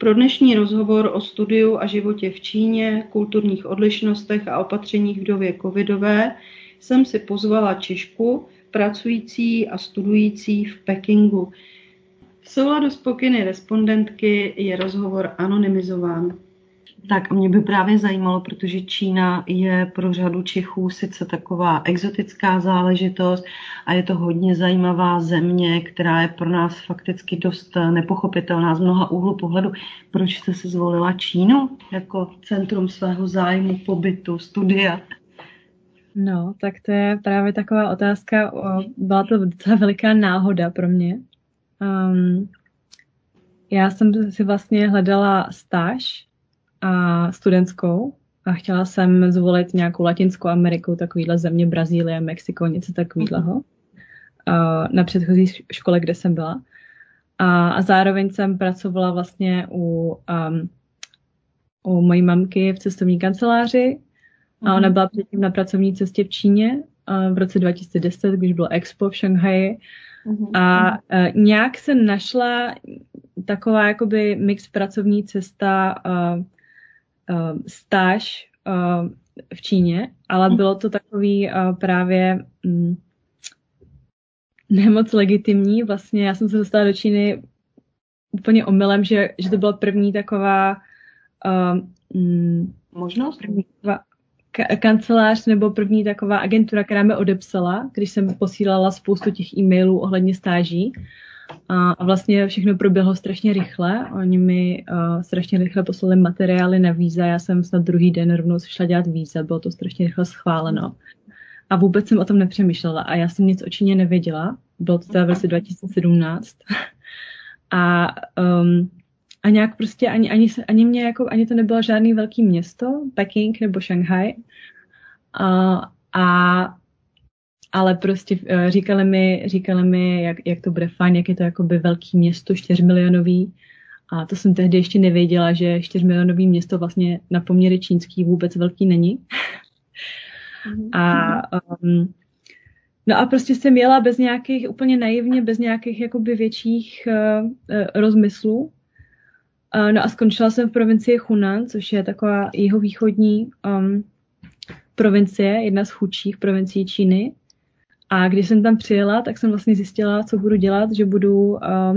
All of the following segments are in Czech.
Pro dnešní rozhovor o studiu a životě v Číně, kulturních odlišnostech a opatřeních v době covidové jsem si pozvala Češku, pracující a studující v Pekingu. V souladu s pokyny respondentky je rozhovor anonymizován. Tak mě by právě zajímalo, protože Čína je pro řadu Čechů sice taková exotická záležitost a je to hodně zajímavá země, která je pro nás fakticky dost nepochopitelná z mnoha úhlu pohledu. Proč jste si zvolila Čínu jako centrum svého zájmu, pobytu, studia? No, tak to je právě taková otázka. Byla to docela veliká náhoda pro mě. Já jsem si vlastně hledala stáž a studentskou a chtěla jsem zvolit nějakou Latinskou Ameriku, takovýhle země, Brazílie, Mexiko, něco takového na předchozí škole, kde jsem byla. A zároveň jsem pracovala vlastně u mojí mamky v cestovní kanceláři a ona byla předtím na pracovní cestě v Číně v roce 2010, když bylo Expo v Šanghaji. A nějak jsem našla taková jakoby mix pracovní cesta, stáž v Číně, ale bylo to takový právě nemoc legitimní. Vlastně já jsem se dostala do Číny úplně omylem, že to byla první taková možnost? Kancelář nebo první taková agentura, která mě odepsala, když jsem posílala spoustu těch e-mailů ohledně stáží. A vlastně všechno proběhlo strašně rychle. Oni mi strašně rychle poslali materiály na víza. Já jsem snad druhý den rovnou šla dělat víza. Bylo to strašně rychle schváleno. A vůbec jsem o tom nepřemýšlela. A já jsem nic o Číně nevěděla. Bylo to teda v roce 2017. A nějak prostě ani to nebylo žádný velký město, Peking nebo Šanghaj. Ale prostě říkali mi jak to bude fajn, jak je to jakoby velký město, 4milionový. A to jsem tehdy ještě nevěděla, že 4milionový město vlastně na poměry čínský vůbec velký není. No a prostě jsem jela bez nějakých, úplně naivně, bez nějakých jakoby větších rozmyslů. No a skončila jsem v provincii Hunan, což je taková jihovýchodní provincie, jedna z chudších provincií Číny. A když jsem tam přijela, tak jsem vlastně zjistila, co budu dělat, že budu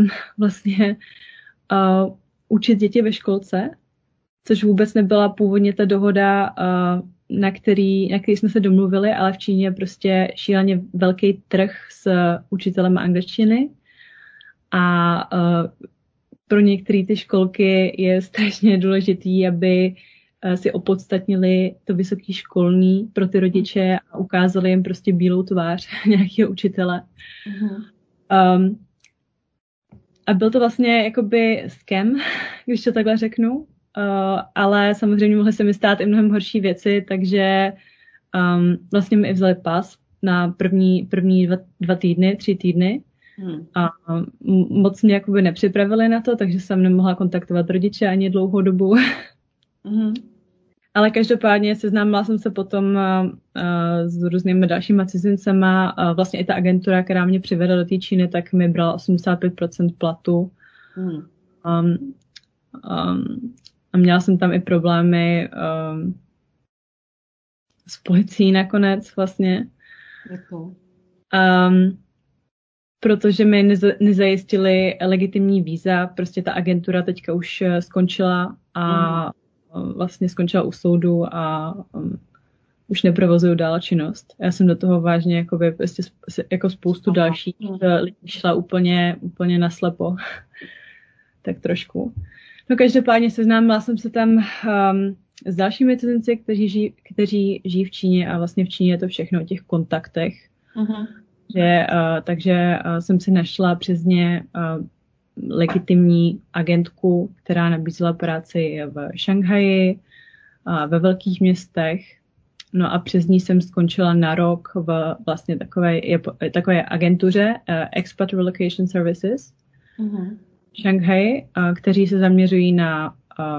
učit děti ve školce, což vůbec nebyla původně ta dohoda, na který jsme se domluvili, ale v Číně je prostě šíleně velký trh s učitelem angličtiny a pro některé ty školky je strašně důležitý, aby si opodstatnili to vysoké školní pro ty rodiče a ukázali jim prostě bílou tvář nějakého učitele. A byl to vlastně jakoby scam, když to takhle řeknu, ale samozřejmě mohly se mi stát i mnohem horší věci, takže vlastně mi i vzali pas na první 3 týdny. A moc mě jakoby nepřipravili na to, takže jsem nemohla kontaktovat rodiče ani dlouhou dobu. Ale každopádně seznámila jsem se potom s různými dalšíma cizincema. Vlastně i ta agentura, která mě přivedla do té Číny, tak mi brala 85% platu. A měla jsem tam i problémy s policií nakonec vlastně. Protože mi nezajistili legitimní víza. Prostě ta agentura teďka už skončila a vlastně skončila u soudu a už neprovozuju dál činnost. Já jsem do toho vážně prostě jako spoustu dalších lidí šla úplně naslepo. Tak trošku. No každopádně seznámila jsem se tam s dalšími cizinci, kteří žijí v Číně a vlastně v Číně je to všechno o těch kontaktech. Takže jsem si našla přes ně legitimní agentku, která nabízela práci v Šanghaji, ve velkých městech. No a přes ní jsem skončila na rok v vlastně takové agentuře Expat Relocation Services v Šanghaji, kteří se zaměřují na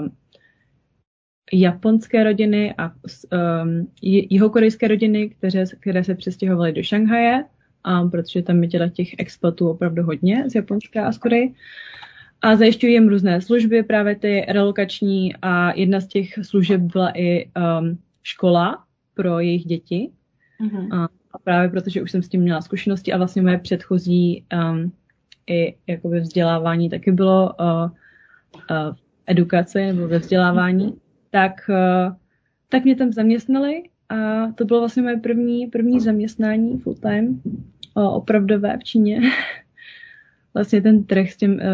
japonské rodiny a jihokorejské rodiny, které se přestěhovaly do Šanghaje, protože tam je těch expatů opravdu hodně z Japonska a z Koreji. A zajišťují jim různé služby, právě ty relokační, a jedna z těch služeb byla i škola pro jejich děti. A právě protože už jsem s tím měla zkušenosti a vlastně moje předchozí i jakoby vzdělávání taky bylo v edukaci nebo ve vzdělávání, tak mě tam zaměstnali a to bylo vlastně moje první zaměstnání full time, opravdové v Číně. Vlastně ten trh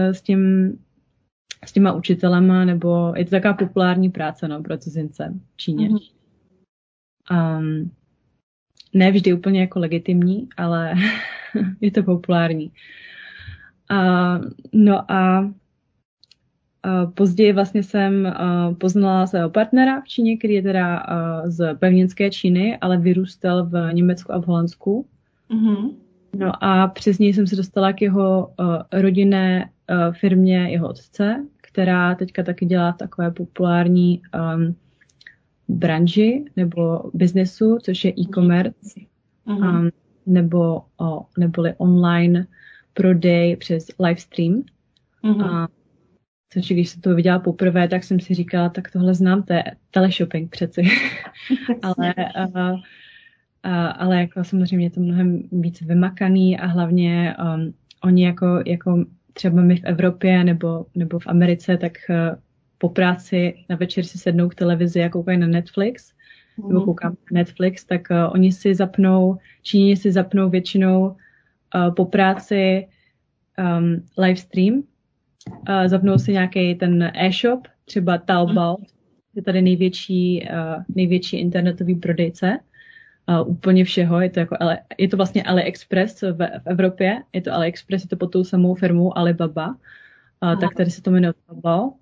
s těma učitelema, nebo je to taková populární práce, no, pro cizince v Číně. Ne vždy úplně jako legitimní, ale je to populární. Později vlastně jsem poznala svého partnera v Číně, který je teda z pevninské Číny, ale vyrůstal v Německu a v Holandsku. No a přes něj jsem se dostala k jeho rodinné firmě jeho otce, která teďka taky dělá takové populární branži nebo biznesu, což je e-commerce, neboli online prodej přes livestream. Což když jsem to viděla poprvé, tak jsem si říkala, tak tohle znám, to je teleshopping přeci. ale jako samozřejmě je to mnohem víc vymakaný a hlavně oni jako třeba my v Evropě nebo v Americe, tak po práci na večer si sednou k televizi a koukají na Netflix, nebo koukám na Netflix, tak Číňani si zapnou většinou po práci livestream, zapnou si nějaký ten e-shop, třeba Taobao, je tady největší internetový prodejce úplně všeho, je to vlastně AliExpress v Evropě, je to AliExpress, je to pod tou samou firmou Alibaba, tak tady se to jmenuje Taobao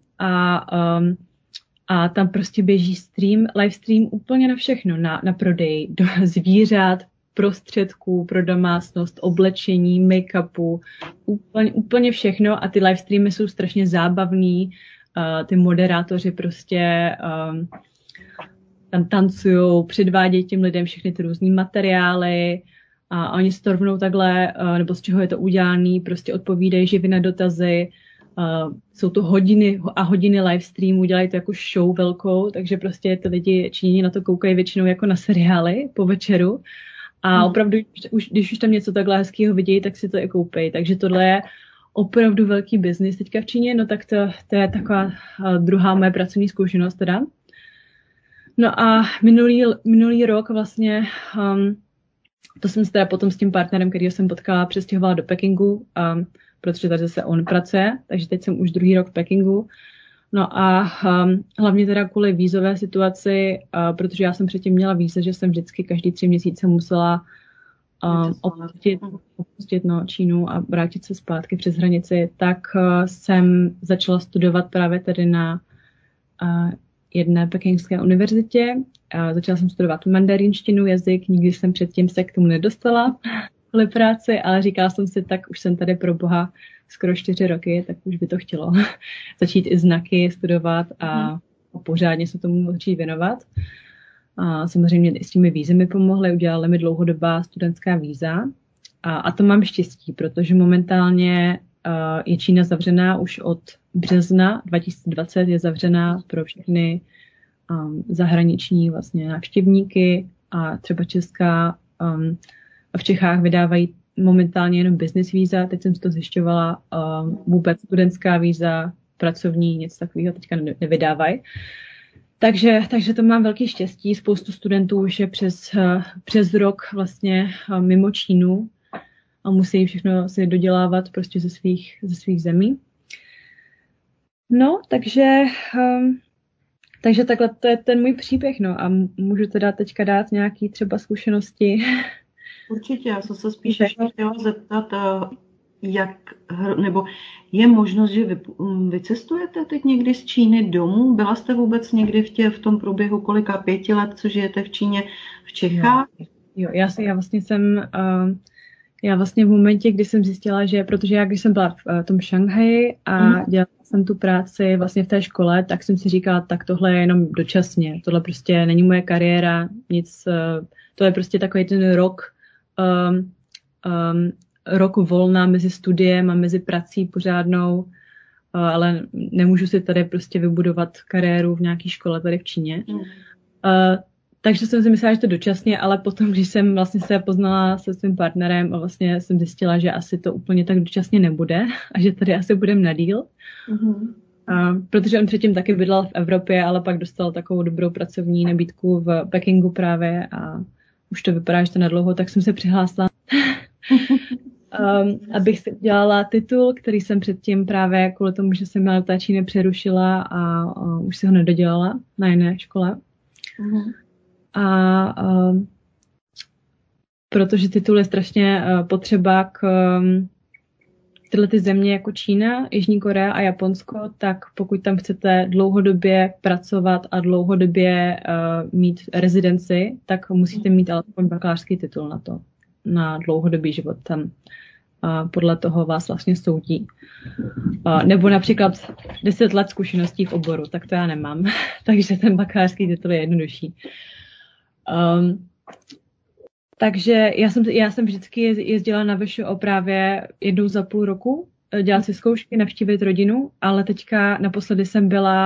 a tam prostě běží livestream úplně na všechno, na prodej do zvířat, prostředků pro domácnost, oblečení, make-upu, úplně všechno a ty livestreamy jsou strašně zábavný, ty moderátoři prostě tam tancujou, předvádějí těm lidem všechny ty různý materiály a oni se to rovnou takhle, nebo z čeho je to udělaný, prostě odpovídají živě na dotazy, jsou to hodiny a hodiny livestreamu, dělají to jako show velkou, takže prostě ty lidi Číňani na to koukají většinou jako na seriály po večeru. A opravdu, když už tam něco takhle hezkého vidějí, tak si to i koupí. Takže tohle je opravdu velký biznis teďka v Číně, no tak to je taková druhá moje pracovní zkušenost teda. No a minulý rok vlastně, to jsem se teda potom s tím partnerem, kterýho jsem potkala, přestěhovala do Pekingu, protože tady zase on pracuje, takže teď jsem už druhý rok v Pekingu. No a hlavně teda kvůli vízové situaci, protože já jsem předtím měla víza, že jsem vždycky každý 3 měsíce musela opustit Čínu a vrátit se zpátky přes hranici, tak jsem začala studovat právě tady na jedné pekingské univerzitě. Začala jsem studovat mandarinštinu, jazyk, nikdy jsem předtím se k tomu nedostala kvůli práci, ale říkala jsem si, tak už jsem tady pro boha skoro 4 roky, tak už by to chtělo začít i znaky studovat a pořádně se tomu začít věnovat. A samozřejmě i s těmi vízy mi pomohly, udělali mi dlouhodobá studentská víza. A to mám štěstí, protože momentálně je Čína zavřená už od března 2020, je zavřená pro všechny zahraniční vlastně návštěvníky a třeba Česká v Čechách vydávají momentálně jenom business víza, teď jsem si to zjišťovala, vůbec studentská víza, pracovní, něco takového teďka nevydávají. Takže to mám velký štěstí, spoustu studentů už je přes rok vlastně mimo Čínu a musí všechno si dodělávat prostě ze svých zemí. No, takže takhle to je ten můj příběh, no a můžu teda teďka dát nějaký třeba zkušenosti. Určitě, já jsem se spíš ještě chtěla zeptat, nebo je možnost, že vycestujete teď někdy z Číny domů? Byla jste vůbec někdy v tom průběhu kolika 5 let, co žijete v Číně, v Čechách? Jo, já vlastně v momentě, kdy jsem zjistila, že, protože já když jsem byla v tom Šanghaji a dělala jsem tu práci vlastně v té škole, tak jsem si říkala, tak tohle je jenom dočasně, tohle prostě není moje kariéra, nic, to je prostě takový ten rok volna mezi studiem a mezi prací pořádnou ale nemůžu si tady prostě vybudovat kariéru v nějaké škole tady v Číně. Takže jsem si myslela, že to dočasně, ale potom, když jsem vlastně se poznala se svým partnerem a vlastně jsem zjistila, že asi to úplně tak dočasně nebude a že tady asi budeme na díl. Protože on předtím taky bydlel v Evropě, ale pak dostal takovou dobrou pracovní nabídku v Pekingu právě a už to vypadá, že to nadlouho, tak jsem se přihlásila, abych si udělala titul, který jsem předtím právě kvůli tomu, že jsem měla letáčí nepřerušila a už si ho nedodělala na jiné škole. Protože titul je strašně potřeba k tyhle ty země jako Čína, Jižní Korea a Japonsko, tak pokud tam chcete dlouhodobě pracovat a dlouhodobě mít rezidenci, tak musíte mít alespoň bakalářský titul na to, na dlouhodobý život tam. Podle toho vás vlastně soudí. Nebo například 10 let zkušeností v oboru, tak to já nemám. Takže ten bakalářský titul je jednodušší. Takže já jsem vždycky jezdila na VŠO právě jednou za půl roku, dělat si zkoušky, navštívit rodinu, ale teďka naposledy jsem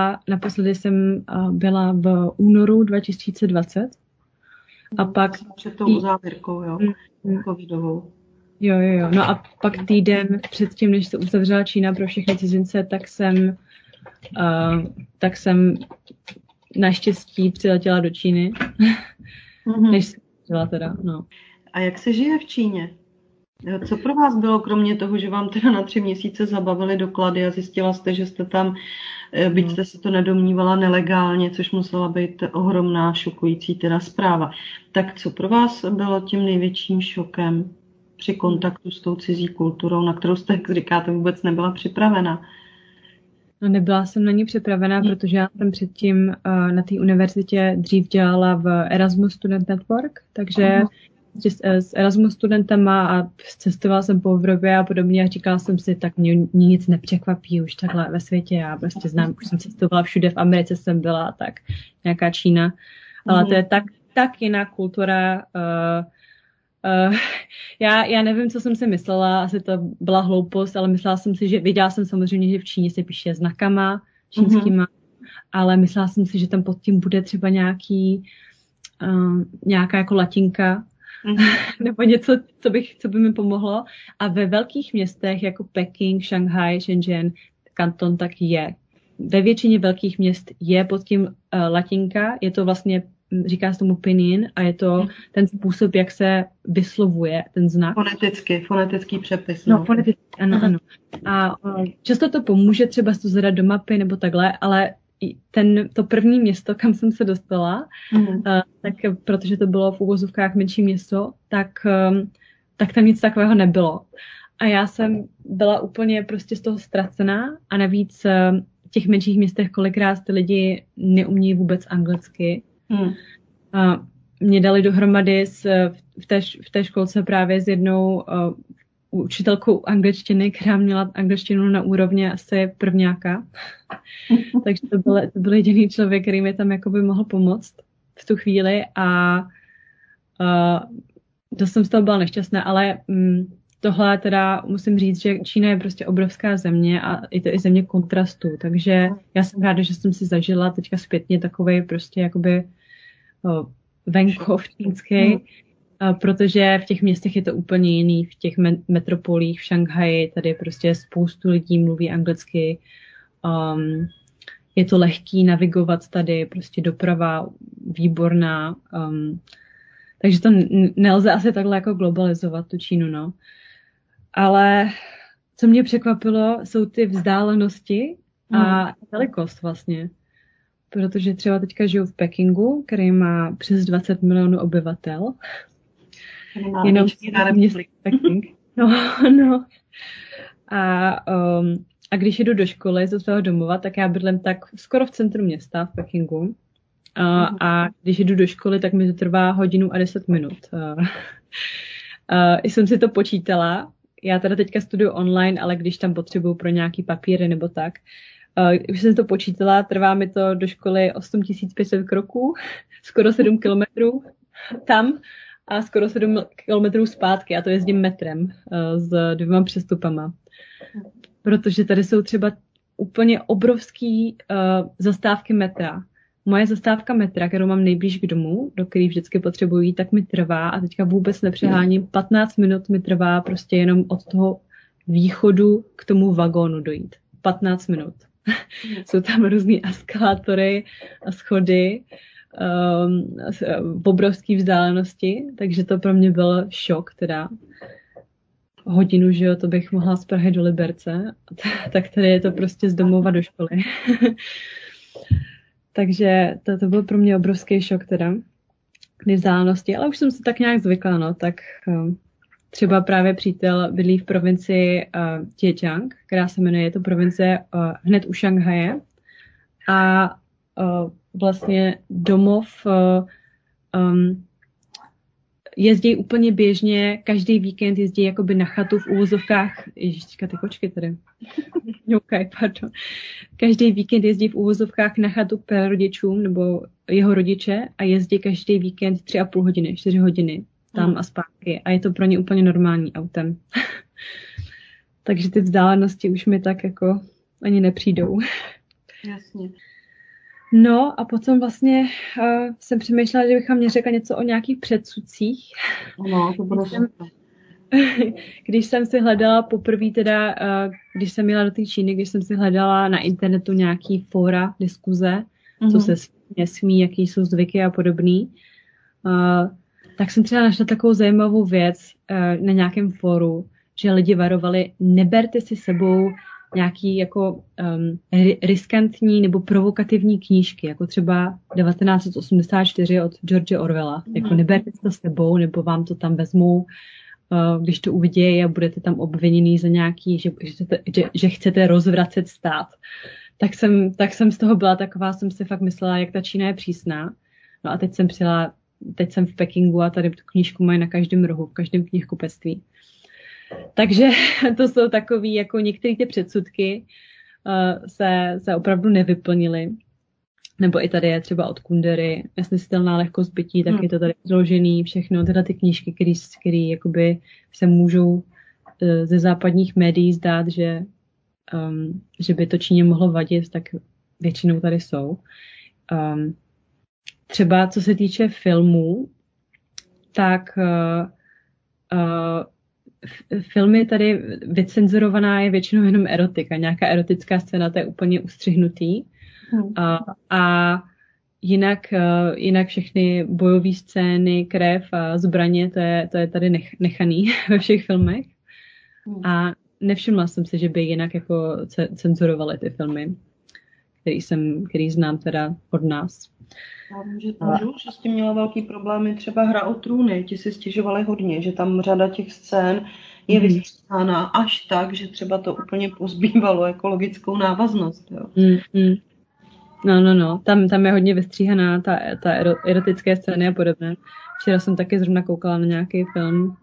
byla v únoru 2020. A pak před tou závěrkou, jo, covidovou. Jo. No a pak týden předtím, než se uzavřela Čína pro všechny cizince, tak jsem naštěstí přiletěla do Číny. Než jsem přijela teda, no. A jak se žije v Číně? Co pro vás bylo, kromě toho, že vám teda na 3 měsíce zabavili doklady a zjistila jste, že jste tam, byť jste si to nedomnívala, nelegálně, což musela být ohromná, šokující teda zpráva. Tak co pro vás bylo tím největším šokem při kontaktu s tou cizí kulturou, na kterou jste, jak říkáte, vůbec nebyla připravena? No, nebyla jsem na ní připravená, protože já jsem předtím na té univerzitě dřív dělala v Erasmus Student Network, takže s Erasmus studentama a cestovala jsem po Evropě a podobně a říkala jsem si, tak mě nic nepřekvapí už takhle ve světě. Já prostě znám, už jsem cestovala všude, v Americe jsem byla, tak nějaká Čína. Ale to je tak jiná kultura. Já nevím, co jsem si myslela, asi to byla hloupost, ale myslela jsem si, že věděla jsem samozřejmě, že v Číně se píše znakama čínskýma, ale myslela jsem si, že tam pod tím bude třeba nějaká jako latinka, nebo něco, co by mi pomohlo. A ve velkých městech jako Peking, Šanghaj, Shenzhen, Kanton, tak je. Ve většině velkých měst je pod tím latinka, je to vlastně, říká se tomu pinyin a je to ten způsob, jak se vyslovuje ten znak. Fonetický přepis. No, fonetický, ano. A často to pomůže třeba to zadat do mapy nebo takhle, ale to první město, kam jsem se dostala, tak protože to bylo v uvozovkách menší město, tak tam nic takového nebylo. A já jsem byla úplně prostě z toho ztracená a navíc v těch menších městech kolikrát ty lidi neumějí vůbec anglicky. Mě dali dohromady v té školce právě s jednou učitelkou angličtiny, která měla angličtinu na úrovni asi prvňáka. Takže to byl jediný člověk, který mi tam jakoby mohl pomoct v tu chvíli a to jsem z toho byla nešťastná, ale tohle teda musím říct, že Čína je prostě obrovská země a je to i země kontrastu, takže já jsem ráda, že jsem si zažila teďka zpětně takovej prostě jakoby venkov čínský, protože v těch městech je to úplně jiný, v těch metropolích, v Šanghaji, tady prostě spoustu lidí mluví anglicky, je to lehký navigovat tady, prostě doprava výborná, takže to nelze asi takhle jako globalizovat tu Čínu, no. Ale co mě překvapilo, jsou ty vzdálenosti a velikost vlastně. Protože třeba teďka žiju v Pekingu, který má přes 20 milionů obyvatel. Jenom město Peking. No. A když jdu do školy ze svého domova, tak já bydlím tak skoro v centru města v Pekingu. A když jdu do školy, tak mi to trvá 1 hodinu a 10 minut. Jsem si to počítala. Já teda teďka studuju online, ale když tam potřebuju pro nějaký papíry nebo tak, už jsem to počítala, trvá mi to do školy 8500 kroků, skoro 7 kilometrů tam a skoro 7 kilometrů zpátky a to jezdím metrem s 2 přestupama. Protože tady jsou třeba úplně obrovský zastávky metra. Moje zastávka metra, kterou mám nejblíž k domu, do který vždycky potřebují, tak mi trvá, a teďka vůbec nepřeháním, 15 minut mi trvá prostě jenom od toho východu k tomu vagónu dojít. 15 minut. Jsou tam různý eskalátory a schody v obrovské vzdálenosti, takže to pro mě byl šok teda. Hodinu, že jo, to bych mohla z Prahy do Liberce, tak tady je to prostě z domova do školy. Takže to byl pro mě obrovský šok teda, ty vzdálenosti, ale už jsem se tak nějak zvykla, no, tak třeba právě přítel bydlí v provincii Zhejiang, která se jmenuje, je to provincie hned u Šanghaje, a vlastně domov jezdí úplně běžně, každý víkend jezdí jakoby na chatu v uvozovkách, ježišťka, ty kočky tady, okay, pardon. Každý víkend jezdí v uvozovkách na chatu k rodičům nebo jeho rodiče a jezdí každý víkend 3,5 hodiny, 4 hodiny tam a zpátky a je to pro ně úplně normální autem. Takže ty vzdálenosti už mi tak jako ani nepřijdou. Jasně. No a potom vlastně jsem přemýšlela, že bychom mě řekla něco o nějakých předsudcích. No, to bude Když jsem si hledala poprvé teda, když jsem jela do té Číny, když jsem si hledala na internetu nějaký fóra, diskuze, co se nesmí, jaký jsou zvyky a podobný, tak jsem třeba našla takovou zajímavou věc na nějakém fóru, že lidi varovali, neberte si sebou nějaký jako riskantní nebo provokativní knížky, jako třeba 1984 od George Orwella. Jako neberte to s sebou, nebo vám to tam vezmou, když to uvidějí a budete tam obviněný za nějaký, že chcete rozvracet stát. Tak jsem z toho byla taková, jsem si fakt myslela, jak ta Čína je přísná. No a teď jsem v Pekingu a tady tu knížku mají na každém rohu, v každém knihkupectví. Takže to jsou takový, jako některé ty předsudky se opravdu nevyplnily. Nebo i tady je třeba od Kundery nesnesitelná lehkost bytí, tak je to tady zložený všechno. Teda ty knížky, které jakoby se můžou ze západních médií zdát, že by to Číně mohlo vadit, tak většinou tady jsou. Třeba co se týče filmů, tak filmy tady vycenzurovaná je většinou jenom erotika. Nějaká erotická scéna, to je úplně ustřihnutý. A jinak všechny bojové scény, krev a zbraně, to je tady nechaný ve všech filmech. A nevšimla jsem se, že by jinak jako cenzurovali ty filmy, který znám teda od nás. Můžu, že s tím měla velký problémy, třeba Hra o trůny, ti si stěžovali hodně, že tam řada těch scén je vystříhána až tak, že třeba to úplně pozbývalo ekologickou návaznost. Jo. No. Tam je hodně vystříhaná ta erotické scény a podobné. Včera jsem taky zrovna koukala na nějaký film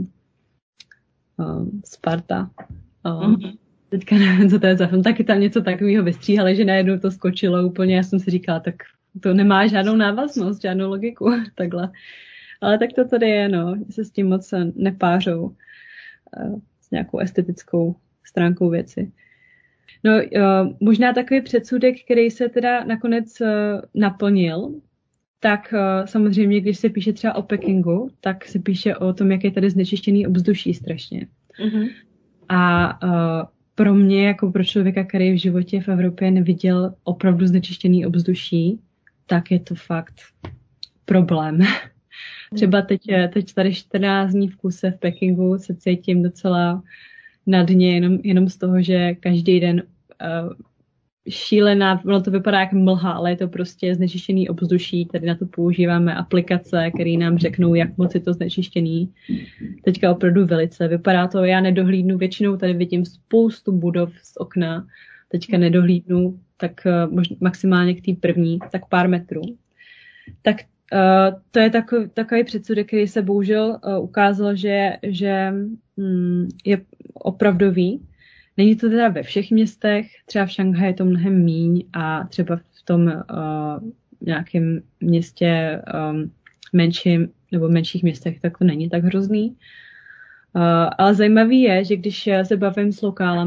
Sparta. Teďka nevím, co to je za film. Taky tam něco takového vystříhali, že najednou to skočilo úplně. Já jsem si říkala, tak to nemá žádnou návaznost, žádnou logiku. Takhle. Ale tak to tady je, no. Se s tím moc nepářou s nějakou estetickou stránkou věci. No, možná takový předsudek, který se teda nakonec naplnil, tak samozřejmě, když se píše třeba o Pekingu, tak se píše o tom, jak je tady znečištěný ovzduší strašně. A pro mě, jako pro člověka, který v životě v Evropě neviděl opravdu znečištěný ovzduší, tak je to fakt problém. Třeba teď tady 14 dní v kuse v Pekingu se cítím docela na dně, jenom z toho, že každý den šílená, ono to vypadá jak mlha, ale je to prostě znečištěný ovzduší, tady na to používáme aplikace, které nám řeknou, jak moc je to znečištěný. Teďka opravdu velice. Vypadá to, já nedohlídnu, většinou tady vidím spoustu budov z okna, teďka nedohlídnu, tak maximálně k té první, tak pár metrů. Tak to je takový předsudek, který se bohužel ukázal, že je opravdový. Není to teda ve všech městech, třeba v Šanghaji je to mnohem míň a třeba v tom nějakém městě menším nebo menších městech, tak to není tak hrozný. Ale zajímavý je, že když se bavím s lokálama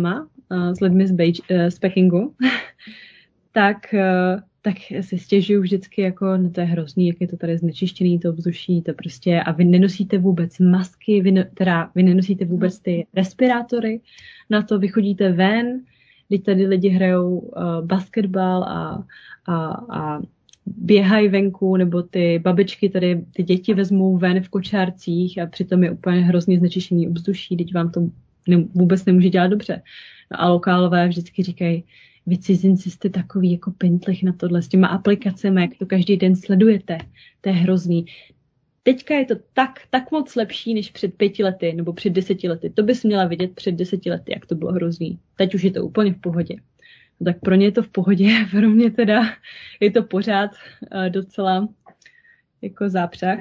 s lidmi z Pekingu, tak si stěžuju vždycky jako, no to je hrozný, jak je to tady znečištěný, to vzduší, to prostě, a vy nenosíte vůbec masky, vy nenosíte vůbec ty respirátory, na to vy chodíte ven, když tady lidi hrajou basketbal a běhají venku, nebo ty babičky tady, ty děti vezmou ven v kočárcích a přitom je úplně hrozně znečištěný ovzduší, teď vám to vůbec nemůže dělat dobře. No a lokálové vždycky říkají, vy cizinci jste takový jako pentlich na tohle, s těma aplikacemi, jak to každý den sledujete, to je hrozný. Teďka je to tak moc lepší, než před 5 lety, nebo před 10 lety. To bys měla vidět před 10 lety, jak to bylo hrozný. Teď už je to úplně v pohodě. No tak pro ně je to v pohodě, pro mě teda je to pořád docela jako zápřah.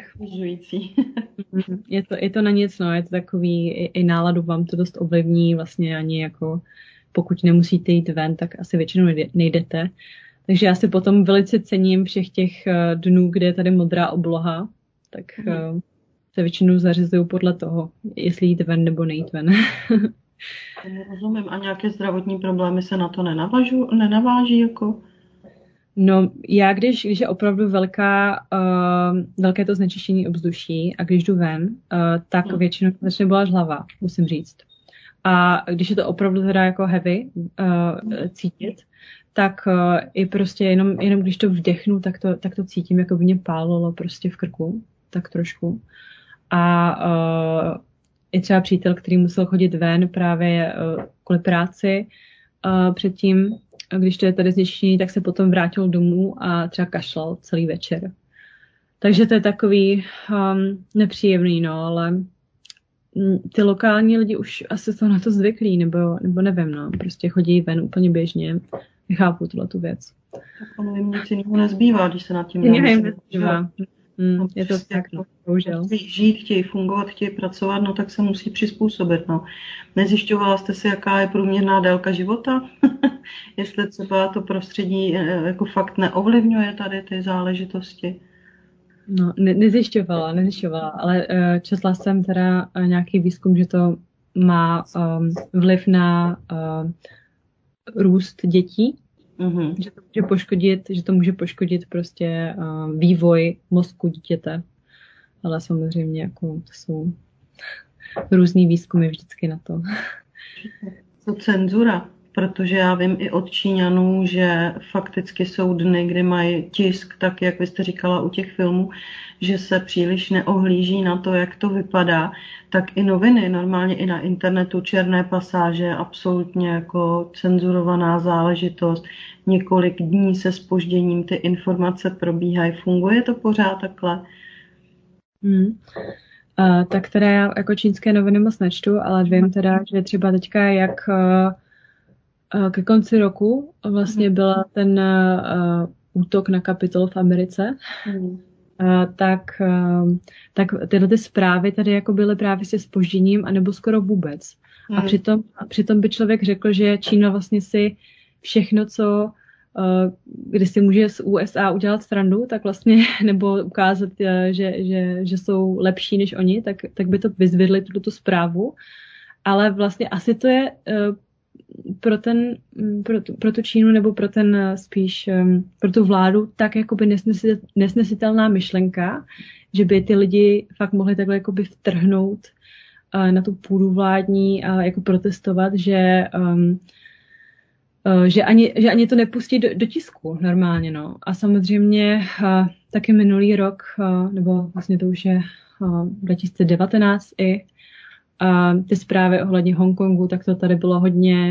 Je to na nic, no, je to takový, i náladu vám to dost ovlivní, vlastně ani jako pokud nemusíte jít ven, tak asi většinou nejdete. Takže já si potom velice cením všech těch dnů, kde je tady modrá obloha, tak se většinou zařizuju podle toho, jestli jít ven nebo nejít ven. Rozumím. A nějaké zdravotní problémy se na to nenaváží jako? No, já když je opravdu velké to znečištění ovzduší a když jdu ven, tak většinou začne bolet hlava, musím říct. A když je to opravdu teda jako heavy cítit, tak i prostě jenom když to vdechnu, tak to cítím, jako by mě pálilo prostě v krku, tak trošku. A i třeba přítel, který musel chodit ven právě kvůli práci předtím, když to je tady znečištění, tak se potom vrátil domů a třeba kašlal celý večer. Takže to je takový nepříjemný, no, ale ty lokální lidi už asi jsou na to zvyklí, nebo nevím, no, prostě chodí ven úplně běžně. Nechápu tu věc. Tak ono jim nic jiného nezbývá, když se nad tím nezbývá. Je to tak, no, bohužel. Když žít, chtějí fungovat, chtějí pracovat, no tak se musí přizpůsobit, no. Nezjišťovala jste si, jaká je průměrná délka života? Jestli třeba to prostředí jako fakt neovlivňuje tady ty záležitosti? No, nezjišťovala, ale četla jsem teda nějaký výzkum, že to má vliv na růst dětí, že to může poškodit prostě vývoj mozku dítěte. Ale samozřejmě jako to jsou různý výzkumy vždycky na to. Co cenzura? Protože já vím i od Číňanů, že fakticky jsou dny, kdy mají tisk, tak jak vy jste říkala u těch filmů, že se příliš neohlíží na to, jak to vypadá, tak i noviny, normálně i na internetu, černé pasáže, absolutně jako cenzurovaná záležitost. Několik dní se zpožděním ty informace probíhají. Funguje to pořád takhle? Tak teda já jako čínské noviny moc nečtu, ale vím teda, že třeba teďka jak ke konci roku vlastně byla ten útok na Kapitol v Americe, tak tyhle ty zprávy tady jako byly právě se zpožděním anebo skoro vůbec. A přitom by člověk řekl, že Čína vlastně si všechno, co kdy si může z USA udělat srandu, tak vlastně, nebo ukázat, že jsou lepší než oni, tak by to vyzvedli tuto zprávu. Ale vlastně asi to je pro tu Čínu nebo pro tu vládu tak jakoby nesnesitelná myšlenka, že by ty lidi fakt mohli takhle jakoby vtrhnout na tu půdu vládní a jako protestovat, že ani to nepustí do tisku normálně, no. A samozřejmě taky minulý rok, nebo vlastně to už je 2019 i, ty zprávy ohledně Hongkongu, tak to tady bylo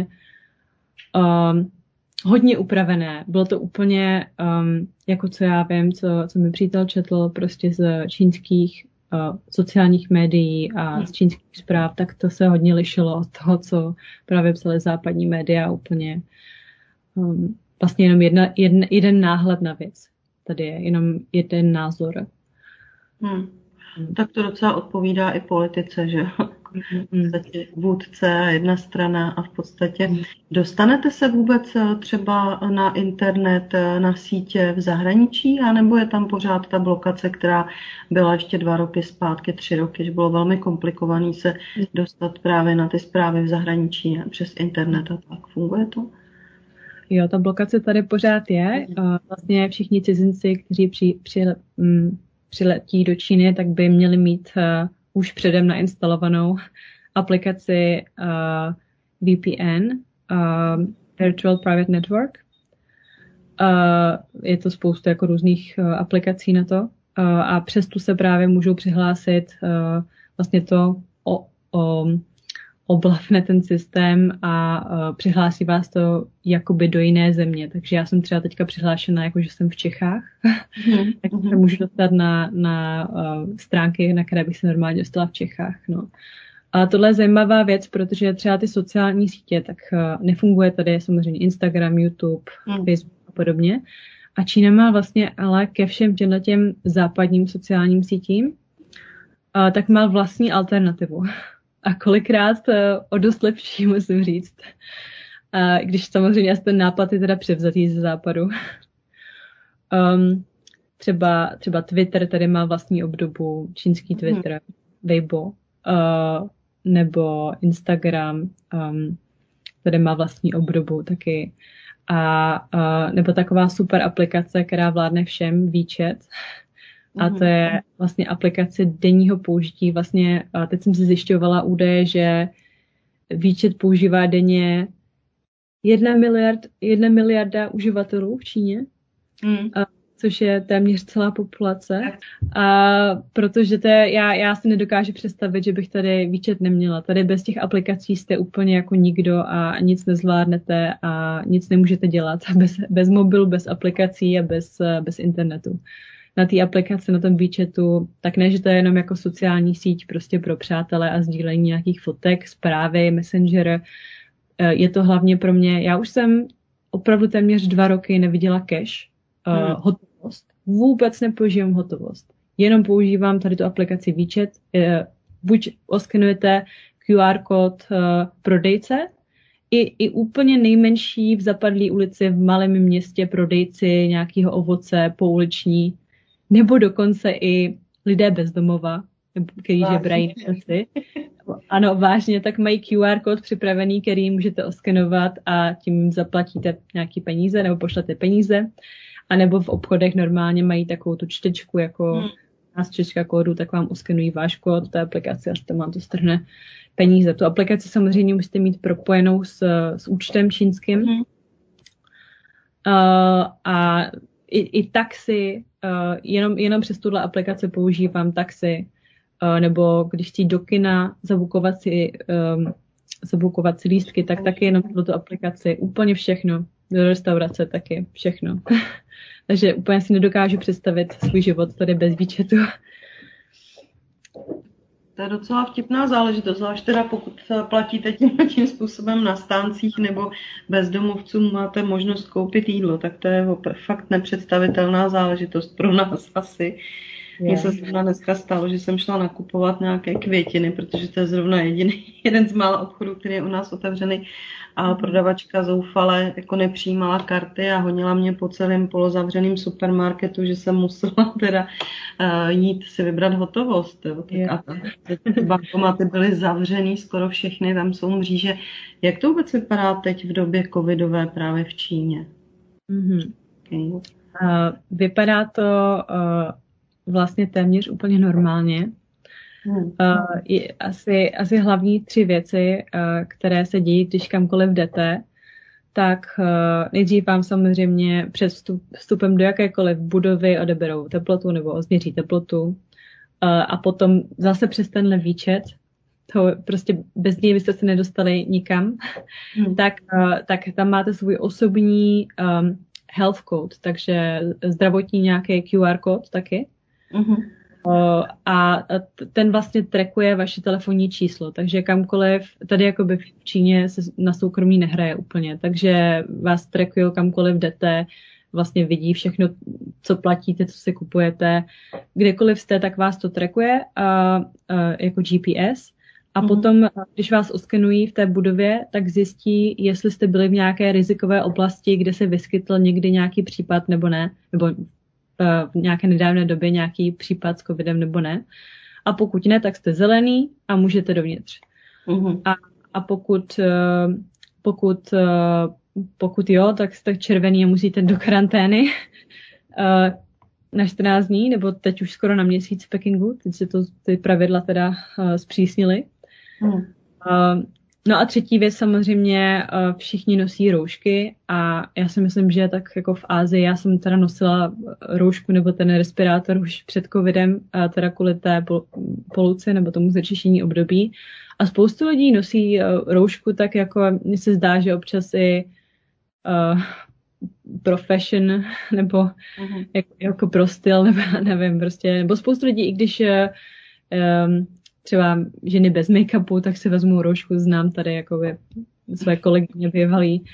hodně upravené. Bylo to úplně, jako co já vím, co mi přítel četl prostě z čínských sociálních médií a z čínských zpráv, tak to se hodně lišilo od toho, co právě psaly západní média úplně. Vlastně jenom jeden náhled na věc. Tady je jenom jeden názor. Tak to docela odpovídá i politice, že v podstatě vůdce a jedna strana a v podstatě dostanete se vůbec třeba na internet, na sítě v zahraničí, anebo je tam pořád ta blokace, která byla ještě 2 roky zpátky, 3 roky, že bylo velmi komplikované se dostat právě na ty zprávy v zahraničí přes internet a tak. Funguje to? Jo, ta blokace tady pořád je. Vlastně všichni cizinci, kteří přiletí do Číny, tak by měli mít už předem nainstalovanou aplikaci VPN, Virtual Private Network. Je to spoustu jako různých aplikací na to a přes tu se právě můžou přihlásit. Vlastně to oblavne ten systém a přihlásí vás to jakoby do jiné země. Takže já jsem třeba teďka přihlášena, jako že jsem v Čechách, tak se můžu dostat na stránky, na které bych se normálně dostala v Čechách. No. A tohle je zajímavá věc, protože třeba ty sociální sítě, tak nefunguje tady samozřejmě Instagram, YouTube, Facebook a podobně. A Čína má vlastně ale ke všem těm západním sociálním sítím, tak má vlastní alternativu. A kolikrát o dost lepší, musím říct. Když samozřejmě asi ten nápad je teda převzatý ze západu. Třeba Twitter tady má vlastní obdobu, čínský Twitter, Weibo, nebo Instagram tady má vlastní obdobu taky. Nebo taková super aplikace, která vládne všem, WeChat. A to je vlastně aplikace denního použití. Vlastně teď jsem si zjišťovala údaje, že WeChat používá denně 1 miliarda uživatelů v Číně, což je téměř celá populace. A protože já si nedokážu představit, že bych tady WeChat neměla. Tady bez těch aplikací jste úplně jako nikdo a nic nezvládnete a nic nemůžete dělat. Bez mobilu, bez aplikací a bez internetu. Na té aplikaci, na tom WeChatu, tak ne, že to je jenom jako sociální síť prostě pro přátele a sdílení nějakých fotek, zprávy, Messenger. Je to hlavně pro mě, já už jsem opravdu téměř 2 roky neviděla cash, hotovost. Vůbec nepoužívám hotovost. Jenom používám tady tu aplikaci WeChat. Buď oskenujete QR kód prodejce, i úplně nejmenší v zapadlé ulici v malém městě prodejci nějakého ovoce pouliční, nebo dokonce i lidé bez domova, kteří žebrají si. Ano, vážně, tak mají QR kód připravený, který můžete oskenovat a tím zaplatíte nějaký peníze nebo pošlete peníze. A nebo v obchodech normálně mají takovou tu čtečku, jako čtečka kódu, tak vám oskenují váš kód té aplikace a tam vám to strhne peníze. Tu aplikaci samozřejmě musíte mít propojenou s účtem čínským. A i taxi, jenom přes tuhle aplikaci používám taxi, nebo když chci do kina zabukovat si lístky, tak taky jenom tuto aplikaci. Úplně všechno. Do restaurace taky všechno. Takže úplně si nedokážu představit svůj život tady bez WeChatu. To je docela vtipná záležitost, zvlášť teda pokud platíte tím způsobem na stáncích nebo bezdomovcům máte možnost koupit jídlo, tak to je fakt nepředstavitelná záležitost pro nás asi. Mně se zrovna dneska stalo, že jsem šla nakupovat nějaké květiny, protože to je zrovna jeden z mála obchodů, který je u nás otevřený, a prodavačka zoufale jako nepřijímala karty a honila mě po celém polozavřeném supermarketu, že jsem musela teda jít si vybrat hotovost. Jo. Tak a bankomaty byly zavřený, skoro všechny, tam jsou mříže. Jak to vůbec vypadá teď v době covidové právě v Číně? Okay. Vypadá to vlastně téměř úplně normálně. Asi hlavní 3 věci, které se dějí, když kamkoliv jdete, tak nejdřív vám samozřejmě před vstupem do jakékoliv budovy odeberou teplotu nebo změří teplotu a potom zase přes tenhle WeChat, to prostě bez něj byste se nedostali nikam, tak tam máte svůj osobní health code, takže zdravotní nějaký QR kód taky. A ten vlastně trackuje vaše telefonní číslo, takže kamkoliv, tady jakoby v Číně se na soukromí nehraje úplně, takže vás trackují kamkoliv jdete, vlastně vidí všechno, co platíte, co si kupujete, kdekoliv jste, tak vás to trackuje jako GPS A potom, když vás oskenují v té budově, tak zjistí, jestli jste byli v nějaké rizikové oblasti, kde se vyskytl někdy nějaký případ nebo ne, nebo v nějaké nedávné době nějaký případ s covidem nebo ne. A pokud ne, tak jste zelený a můžete dovnitř. A pokud jo, tak jste červený a musíte do karantény na 14 dní, nebo teď už skoro na měsíc v Pekingu. Teď se ty pravidla teda zpřísnily. No a třetí věc samozřejmě, všichni nosí roušky a já si myslím, že tak jako v Asii, já jsem teda nosila roušku nebo ten respirátor už před covidem, teda kvůli té poluci nebo tomu znečištění období. A spoustu lidí nosí roušku tak jako, mně se zdá, že občas i profession nebo jako pro styl, nebo nevím, prostě, nebo spoustu lidí, i když třeba ženy bez make-upu, tak si vezmou roušku, znám tady jako své kolegyně bývalý,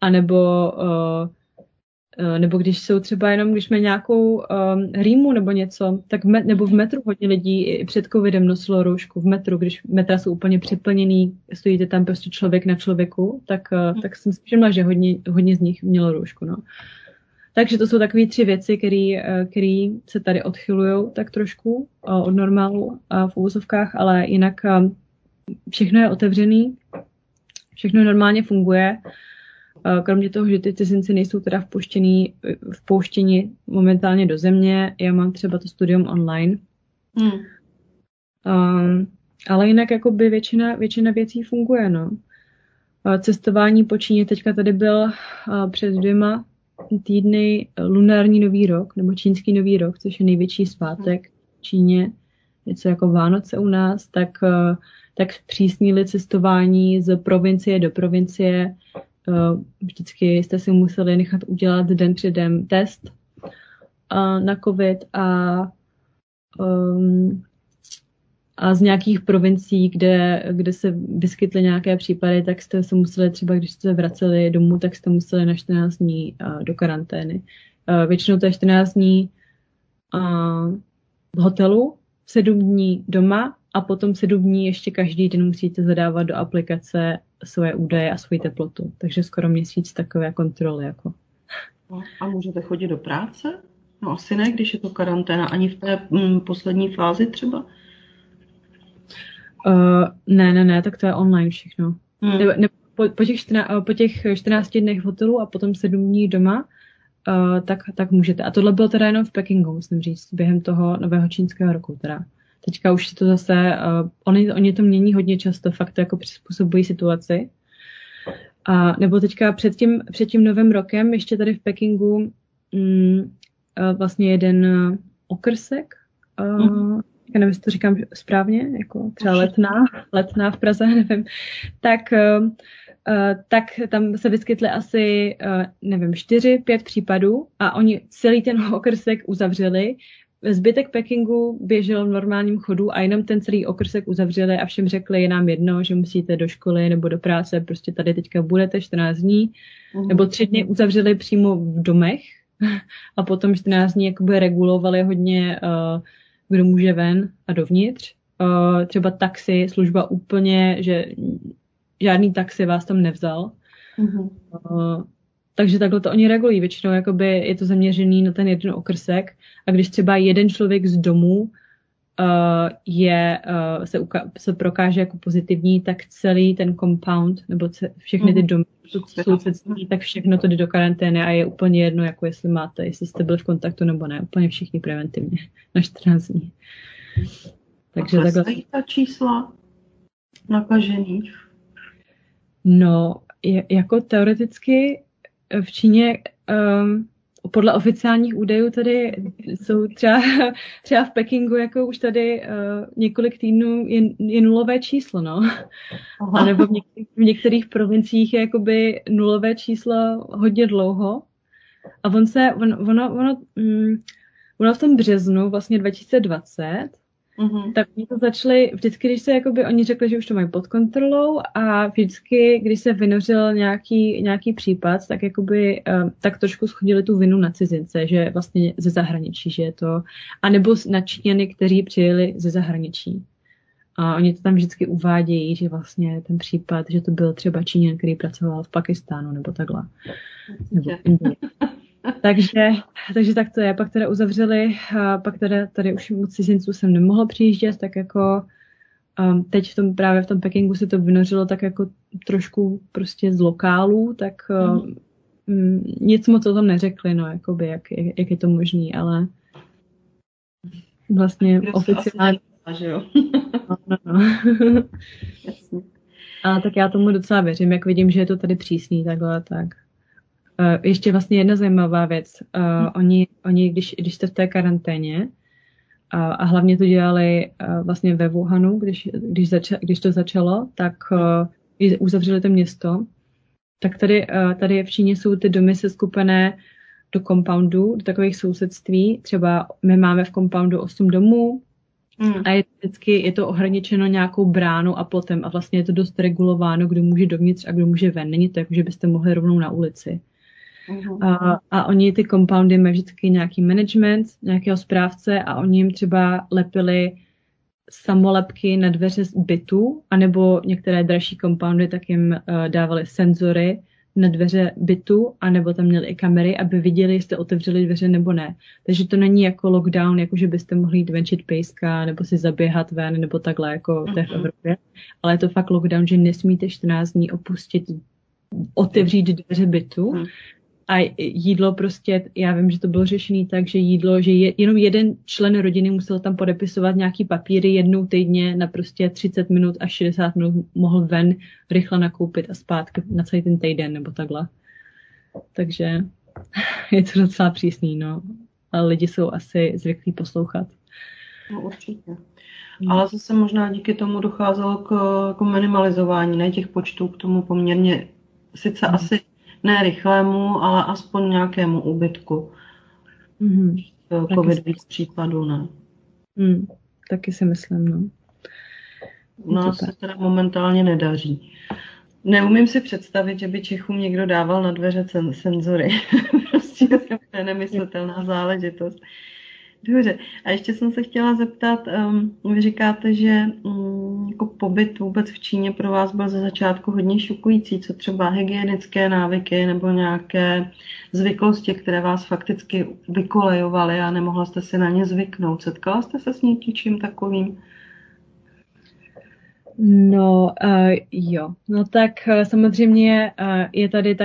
nebo když jsou třeba jenom, když mají nějakou rýmu nebo něco, tak nebo v metru hodně lidí i před covidem nosilo roušku v metru, když metra jsou úplně přeplněný, stojíte tam prostě člověk na člověku, tak jsem si všimla, že hodně z nich mělo roušku, no. Takže to jsou takové 3 věci, které se tady odchylujou tak trošku od normálu v uvozovkách, ale jinak všechno je otevřený, všechno normálně funguje. Kromě toho, že ty cizinci nejsou teda vpouštěni momentálně do země, já mám třeba to studium online. Ale jinak jakoby většina věcí funguje, no. Cestování po Číně, teďka tady byl před 2 týdny lunární nový rok, nebo čínský nový rok, což je největší svátek v Číně, něco jako Vánoce u nás, tak zpřísnili cestování z provincie do provincie. Vždycky jste si museli nechat udělat den předem test na covid a z nějakých provincií, kde se vyskytly nějaké případy, tak jste se museli třeba, když jste vraceli domů, tak jste museli na 14 dní do karantény. Většinou to je 14 dní v hotelu, 7 dní doma a potom 7 dní ještě každý den musíte zadávat do aplikace svoje údaje a svoji teplotu. Takže skoro měsíc takové kontroly. Jako. A můžete chodit do práce? No asi ne, když je to karanténa, ani v té poslední fázi třeba? Ne, tak to je online všechno. Po těch 14 dnech v hotelu a potom 7 dní doma, tak můžete. A tohle bylo teda jenom v Pekingu, musím říct, během toho nového čínského roku teda. Teďka už si to zase, oni to mění hodně často, fakt to jako přizpůsobují situaci. Nebo teďka před tím novým rokem, ještě tady v Pekingu, vlastně jeden okrsek, já nevím, jestli to říkám správně, jako třeba letná v Praze, nevím, tak tam se vyskytly asi, 4-5 případů a oni celý ten okrsek uzavřeli. Zbytek Pekingu běžel v normálním chodu a jenom ten celý okrsek uzavřeli a všem řekli, je nám jedno, že musíte do školy nebo do práce, prostě tady teďka budete 14 dní, nebo 3 dny uzavřeli přímo v domech a potom 14 dní jakoby regulovali hodně, kdo může ven a dovnitř. Třeba taxi, služba úplně, že žádný taxi vás tam nevzal. Takže takhle to oni regulují. Většinou jakoby je to zaměřený na ten jeden okrsek a když třeba jeden člověk z domu se prokáže jako pozitivní, tak celý ten compound nebo všechny ty domy sousedství, tak všechno to jde do karantény a je úplně jedno, jako jestli jste byli v kontaktu nebo ne. Úplně všichni preventivně na 14 dní. Takže takhle. Ta čísla nakažených? No, jako teoreticky v Číně podle oficiálních údajů tady jsou třeba v Pekingu, jako už tady několik týdnů je nulové číslo, no. A nebo v některých provinciích je jakoby nulové číslo hodně dlouho. A ono v tom březnu vlastně 2020, tak oni to začali, vždycky, když se jakoby, oni řekli, že už to mají pod kontrolou a vždycky, když se vynořil nějaký případ, tak jakoby, tak trošku shodili tu vinu na cizince, že vlastně ze zahraničí, že je to, anebo na Číňany, kteří přijeli ze zahraničí. A oni to tam vždycky uvádějí, že vlastně ten případ, že to byl třeba Číňan, který pracoval v Pakistánu nebo takhle. Nebo takže tak to je. Pak teda uzavřeli, pak teda tady už moc cizinců jsem nemohla přijíždět, tak jako teď právě v tom Pekingu se to vynořilo tak jako trošku prostě z lokálů, tak nic moc o tom neřekli, no, jakoby, jak je to možný, ale vlastně oficiálně. Že jo? No. Jasně. A tak já tomu docela věřím, jak vidím, že je to tady přísný takhle, tak. Ještě vlastně jedna zajímavá věc. Oni když jste v té karanténě, a hlavně to dělali vlastně ve Wuhanu, když to začalo, tak uzavřeli to město. Tak tady v Číně jsou ty domy seskupené do compoundů, do takových sousedství. Třeba my máme v compoundu 8 domů a je to ohraničeno nějakou bránou a plotem a vlastně je to dost regulováno, kdo může dovnitř a kdo může ven. Není to jako, že byste mohli rovnou na ulici. A oni ty compoundy mají vždycky nějaký management, nějakého správce a oni jim třeba lepili samolepky na dveře z bytu, anebo některé dražší compoundy tak jim dávali senzory na dveře bytu, anebo tam měli i kamery, aby viděli, jestli otevřeli dveře nebo ne. Takže to není jako lockdown, jako že byste mohli jít venčit pejska, nebo si zaběhat ven, nebo takhle, jako to je v Evropě. Ale je to fakt lockdown, že nesmíte 14 dní otevřít dveře bytu. A jídlo prostě, já vím, že to bylo řešené tak, že jenom jeden člen rodiny musel tam podepisovat nějaký papíry jednou týdně na prostě 30 minut až 60 minut mohl ven rychle nakoupit a zpátky na celý ten týden nebo takhle. Takže je to docela přísný, no. Ale lidi jsou asi zvyklí poslouchat. No určitě. Ale zase možná díky tomu docházelo k minimalizování, ne těch počtů, k tomu poměrně sice asi ne rychlému, ale aspoň nějakému úbytku. Covidových případů, ne? Taky si myslím, no. U nás se teda momentálně nedaří. Neumím si představit, že by Čechům někdo dával na dveře senzory. Prostě to je nemyslitelná záležitost. Dobře. A ještě jsem se chtěla zeptat, vy říkáte, že jako pobyt vůbec v Číně pro vás byl ze začátku hodně šokující, co třeba hygienické návyky nebo nějaké zvyklosti, které vás fakticky vykolejovaly a nemohla jste si na ně zvyknout. Setkala jste se s něčím takovým? No, jo. No tak samozřejmě je tady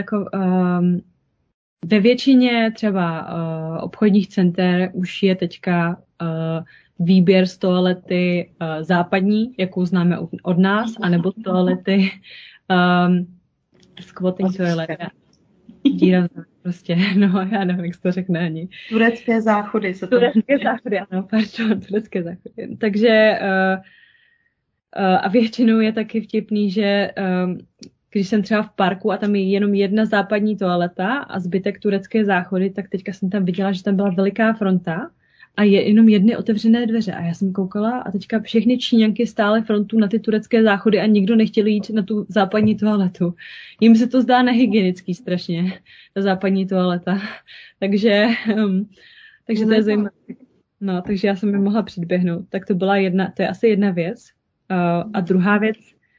ve většině třeba obchodních center už je teďka výběr z toalety západní, jakou známe od nás, anebo z toalety squatting toilet. Díra prostě, no já nevím, jak se to řekne ani. Turecké záchody. Turecké záchody, ano, pardon, turecké záchody. Takže a většinou je taky vtipný, že když jsem třeba v parku a tam je jenom jedna západní toaleta a zbytek turecké záchody, tak teďka jsem tam viděla, že tam byla veliká fronta a je jenom jedny otevřené dveře. A já jsem koukala a teďka všechny Číňanky stály frontu na ty turecké záchody a nikdo nechtěl jít na tu západní toaletu. Jim se to zdá nehygienický strašně, ta západní toaleta. Takže to je zajímavé. No, takže já jsem je mohla předběhnout. Tak to byla to je asi jedna věc. A druhá věc,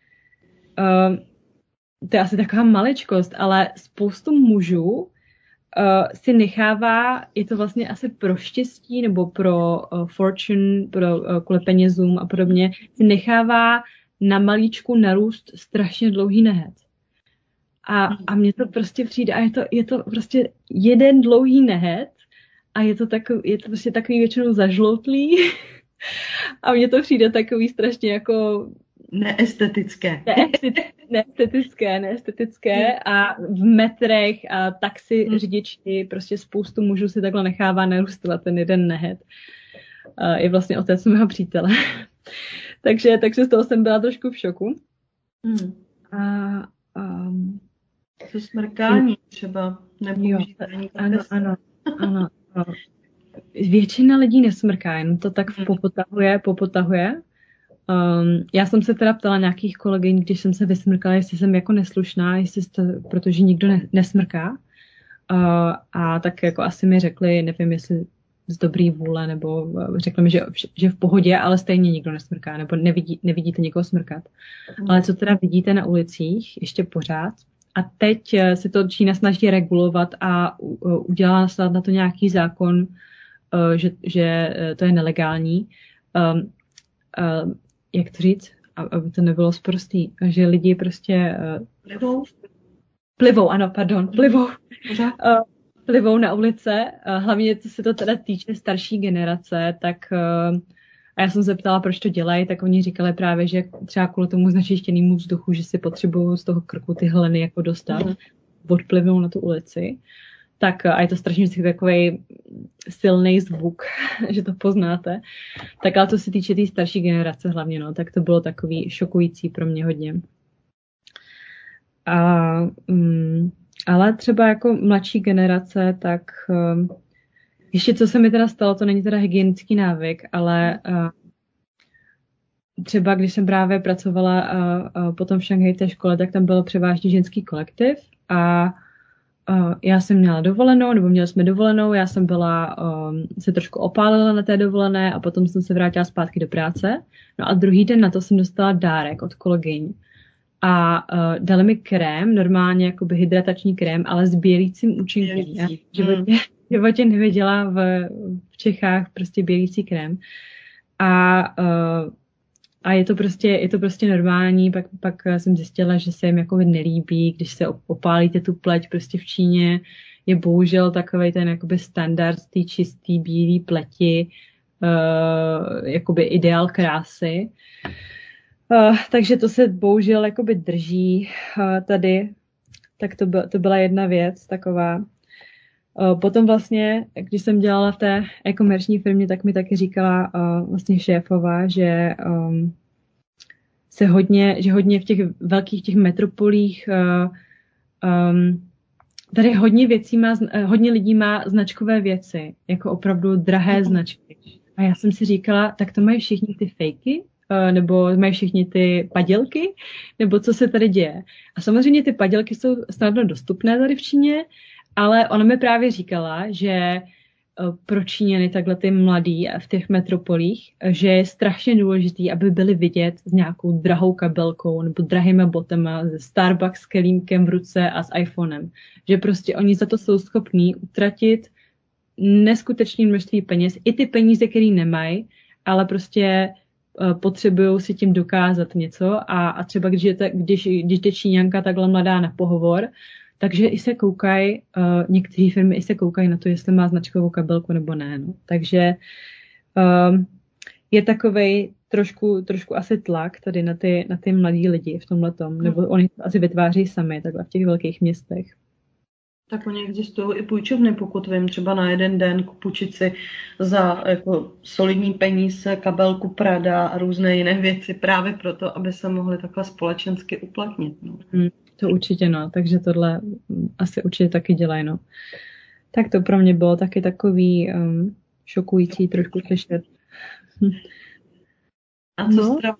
to je asi taková maličkost, ale spoustu mužů si nechává, je to vlastně asi pro štěstí nebo pro fortune, kvůli penězům a podobně, si nechává na malíčku narůst strašně dlouhý nehet. A mně to prostě přijde, a je to prostě jeden dlouhý nehet a je to prostě takový většinou zažloutlý a mně to přijde takový strašně jako neestetické a v metrech a taxi řidiči, prostě spoustu mužů si takhle nechává narůstovat ten jeden nehet. Je vlastně otec mého přítele. takže z toho jsem byla trošku v šoku. To smrkání třeba, nebo ano. Většina lidí nesmrká, jenom to tak popotahuje. Já jsem se teda ptala nějakých kolegyň, když jsem se vysmrkala, jestli jsem jako neslušná, protože nikdo nesmrká. A tak jako asi mi řekli, nevím, jestli z dobrý vůle, nebo řekl mi, že v pohodě, ale stejně nikdo nesmrká, nebo nevidíte někoho smrkat. Ale co teda vidíte na ulicích, ještě pořád, a teď se to Čína snaží regulovat a udělala snad na to nějaký zákon, že to je nelegální. Jak to říct? Aby to nebylo sprostý. Že lidi prostě... Plivou na ulice. Hlavně, co se to teda týče starší generace, tak... A já jsem se ptala, proč to dělají, tak oni říkali právě, že třeba kvůli tomu znečištěnému vzduchu, že si potřebují z toho krku ty hleny jako dostat, odplivnou na tu ulici. Tak a je to strašně takový silný zvuk, že to poznáte. Tak ale to se týče té starší generace hlavně, no, tak to bylo takový šokující pro mě hodně. Ale třeba jako mladší generace, tak ještě co se mi teda stalo, to není teda hygienický návyk, ale třeba když jsem právě pracovala potom v Šanghaji té škole, tak tam byl převážně ženský kolektiv a já jsem měla dovolenou, nebo měli jsme dovolenou, já jsem byla, se trošku opálila na té dovolené a potom jsem se vrátila zpátky do práce. No a druhý den na to jsem dostala dárek od kolegyň. A dali mi krém, normálně jakoby hydratační krém, ale s bělícím účinkem. Já v životě nevěděla v Čechách prostě bělící krém. A je to prostě normální, pak jsem zjistila, že se jim jako nelíbí, když se opálíte tu pleť prostě v Číně, je bohužel takovej ten jakoby standard té čistý bílý pleti, jakoby ideál krásy. Takže to se bohužel jakoby drží tady, tak to byla jedna věc taková. Potom vlastně, když jsem dělala v té e-komerční firmě, tak mi taky říkala vlastně šéfova, že hodně v těch velkých těch metropolích tady hodně lidí má značkové věci, jako opravdu drahé značky. A já jsem si říkala, tak to mají všichni ty fejky? Nebo mají všichni ty padělky? Nebo co se tady děje? A samozřejmě ty padělky jsou snadno dostupné tady v Číně, ale ona mi právě říkala, že pro Číňany takhle ty mladí v těch metropolích, že je strašně důležitý, aby byli vidět s nějakou drahou kabelkou nebo drahýma botama, se Starbucks kelímkem v ruce a s iPhonem. Že prostě oni za to jsou schopní utratit neskutečné množství peněz, i ty peníze, které nemají, ale prostě potřebují si tím dokázat něco a třeba když jde Číňanka takhle mladá na pohovor, takže i se koukají, některé firmy i se koukají na to, jestli má značkovou kabelku nebo ne. No. Takže je takovej trošku asi tlak tady na ty mladí lidi v tomhletom, nebo oni to asi vytváří sami takhle v těch velkých městech. Tak oni existují i půjčovny, pokud vím, třeba na jeden den půjčit si za jako solidní peníze, kabelku Prada a různé jiné věci právě proto, aby se mohli takhle společensky uplatnit. No. To určitě, no, takže tohle asi určitě taky dělají, no. Tak to pro mě bylo taky takový šokující trošku slyšet. A co strava?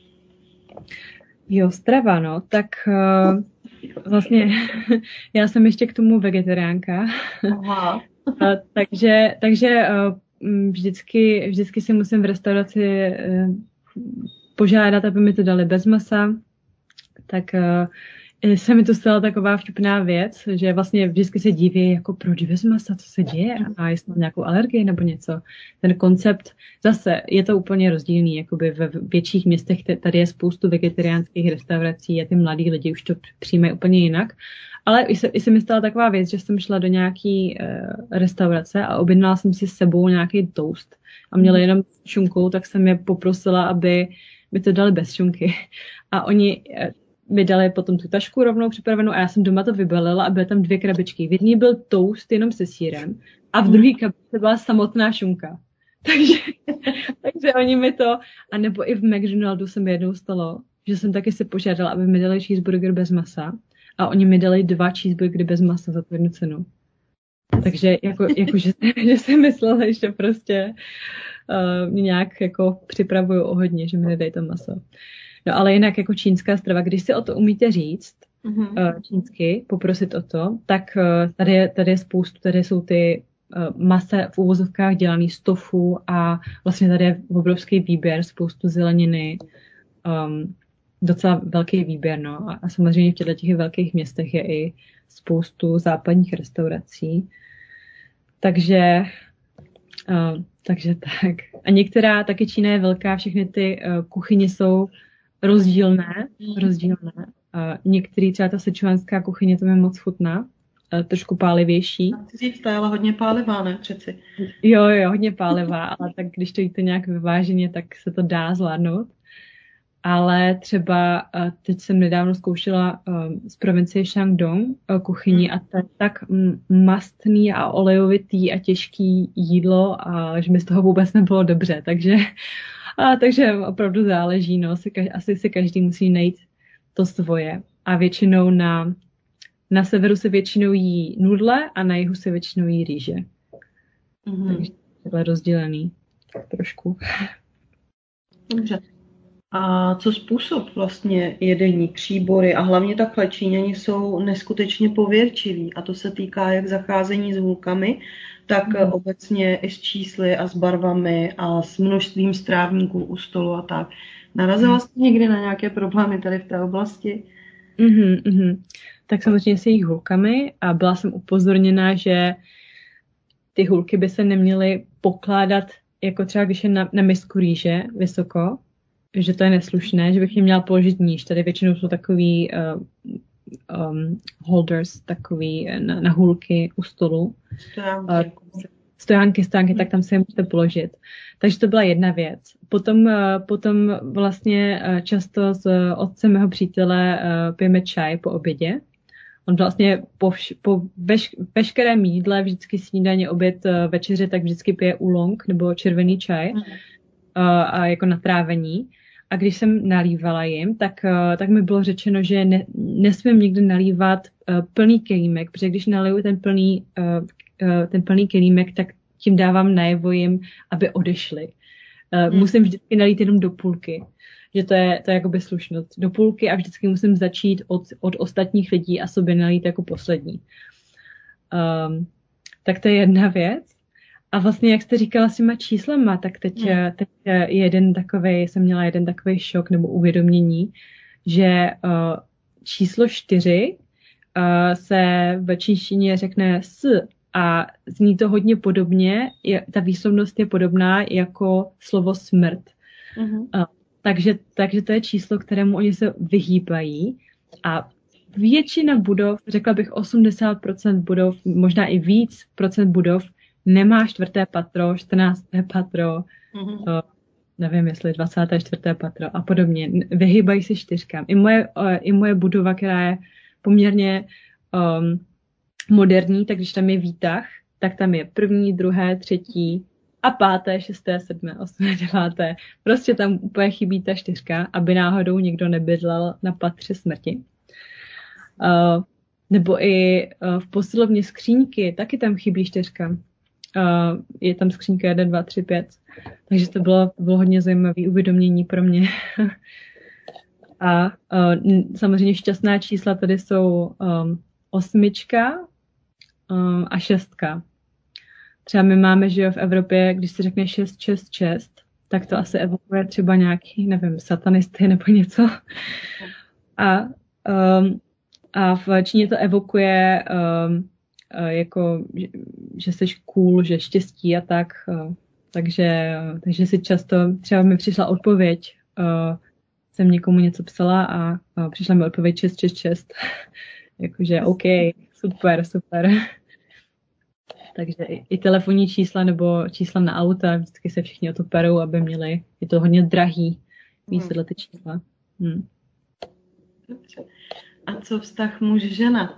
Jo, strava, no, tak vlastně já jsem ještě k tomu vegetariánka. Aha. takže vždycky si musím v restauraci požádat, aby mi to dali bez masa. Tak se mi to stala taková vtipná věc, že vlastně vždycky se diví, jako proč bez masa, co se děje a jestli mám nějakou alergii nebo něco. Ten koncept, zase je to úplně rozdílný, jakoby ve větších městech tady je spoustu vegetariánských restaurací a ty mladí lidi už to přijímají úplně jinak. Ale i se mi stala taková věc, že jsem šla do nějaký restaurace a objednala jsem si s sebou nějaký toast a měla jenom šunkou, tak jsem je poprosila, aby mi to dali bez šunky. A oni mi dali potom tu tašku rovnou připravenou a já jsem doma to vybalila a byly tam 2 krabičky. V jedné byl toast jenom se sýrem a v druhé krabičce byla samotná šunka. Takže oni mi to, a nebo i v McDonaldu se mi jednou stalo, že jsem taky si požádala, aby mi dali cheeseburger bez masa a oni mi dali 2 cheeseburgery bez masa za tu jednu cenu. Takže že si mysleli, že prostě mě nějak jako připravuju o hodně, že mi nedají to maso. No ale jinak jako čínská strava, když si o to umíte říct, čínsky, poprosit o to, tak tady je spoustu, tady jsou ty masa v uvozovkách dělaný z tofu a vlastně tady je obrovský výběr, spoustu zeleniny, docela velký výběr, no. A samozřejmě v těchto velkých městech je i spoustu západních restaurací. Takže tak. A některá, taky Čína je velká, všechny ty kuchyně jsou rozdílné. Některý, třeba ta sičuánská kuchyně, to mi moc chutná, trošku pálivější. Chci říct, ta je ale hodně pálivá, ne přeci? Jo, hodně pálivá, ale tak když to jíte nějak vyváženě, tak se to dá zvládnout. Ale třeba teď jsem nedávno zkoušela z provincie Shandong kuchyni a to je tak mastný a olejovitý a těžký jídlo, a že mi z toho vůbec nebylo dobře. Takže opravdu záleží, no, asi si každý musí najít to svoje. A většinou na severu se většinou jí nudle a na jihu se většinou jí rýže. Takže takhle rozdělený trošku. Dobře. A co způsob vlastně jedení, příbory a hlavně takhle Číňani jsou neskutečně pověrčiví a to se týká jak zacházení s hůlkami, tak obecně i s čísly a s barvami a s množstvím strávníků u stolu a tak. Narazila jste někdy na nějaké problémy tady v té oblasti? Tak samozřejmě s jejich hůlkami a byla jsem upozorněna, že ty hůlky by se neměly pokládat jako třeba když je na misku rýže vysoko, že to je neslušné, že bych je měla položit níž. Tady většinou jsou takový holders, takový na hůlky u stolu. Stojánky, tak tam se je můžete položit. Takže to byla jedna věc. Potom vlastně často s otcem mého přítele pijeme čaj po obědě. On vlastně po veškerém jídle, vždycky snídaně, oběd, večeře, tak vždycky pije oolong nebo červený čaj a jako na trávení. A když jsem nalívala jim, tak mi bylo řečeno, že nesmím nikdy nalívat plný kelímek, protože když naliju ten plný kelímek, tak tím dávám najevo jim, aby odešli. Musím vždycky nalít jenom do půlky, že to je jakoby slušnost. Do půlky a vždycky musím začít od ostatních lidí a sobě nalít jako poslední. Tak to je jedna věc. A vlastně, jak jste říkala s těma číslama, tak teď jsem měla jeden takový šok nebo uvědomění, že číslo 4 se v čínštině řekne s a zní to hodně podobně, ta výslovnost je podobná jako slovo smrt. Takže to je číslo, kterému oni se vyhýbají a většina budov, řekla bych 80% budov, možná i víc procent budov, nemá 4. patro, 14. patro, nevím, jestli 24. patro a podobně. Vyhýbají se 4. I moje budova, která je poměrně moderní, tak když tam je výtah, tak tam je 1., 2., 3. a 5., 6., 7., 8., 9. Prostě tam úplně chybí ta 4, aby náhodou někdo nebydlel na patře smrti. Nebo i v posilovně skříňky, taky tam chybí 4. Je tam skřínka 1, 2, 3, 5. Takže to bylo hodně zajímavé uvědomění pro mě. A samozřejmě šťastná čísla tady jsou 8 a 6. Třeba my máme, že jo, v Evropě, když se řekne 6, 6, 6, tak to asi evokuje třeba nějaký, nevím, satanisty nebo něco. A v Číně to evokuje jako, že jsi cool, že štěstí a tak. Takže si často, třeba mi přišla odpověď, jsem někomu něco psala a přišla mi odpověď 6, 6, 6. Jakože OK, super. Takže i telefonní čísla nebo čísla na auta, vždycky se všichni o to perou, aby měli, je to hodně drahý mít ty čísla. A co vztah muž-žena?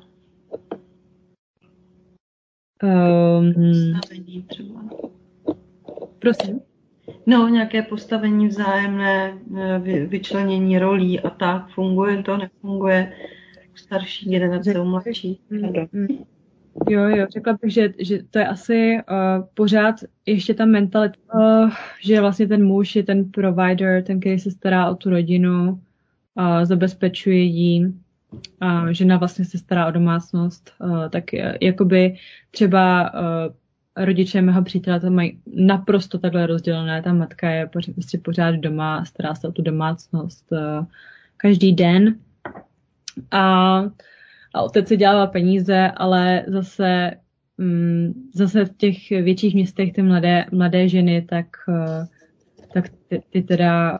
Postavení třeba. Prosím? No, nějaké postavení vzájemné, vyčlenění rolí a tak. Funguje to, nefunguje? Starší generace, mladší. Jo, řekla bych, že to je asi pořád ještě ta mentalita, že vlastně ten muž je ten provider, ten, který se stará o tu rodinu, zabezpečuje ji, žena vlastně se stará o domácnost, tak jakoby třeba rodiče mého přítele to mají naprosto takhle rozdělené. Ta matka je prostě pořád doma, stará se o tu domácnost každý den. A otec si dělává peníze, ale zase v těch větších městech ty mladé ženy, tak ty teda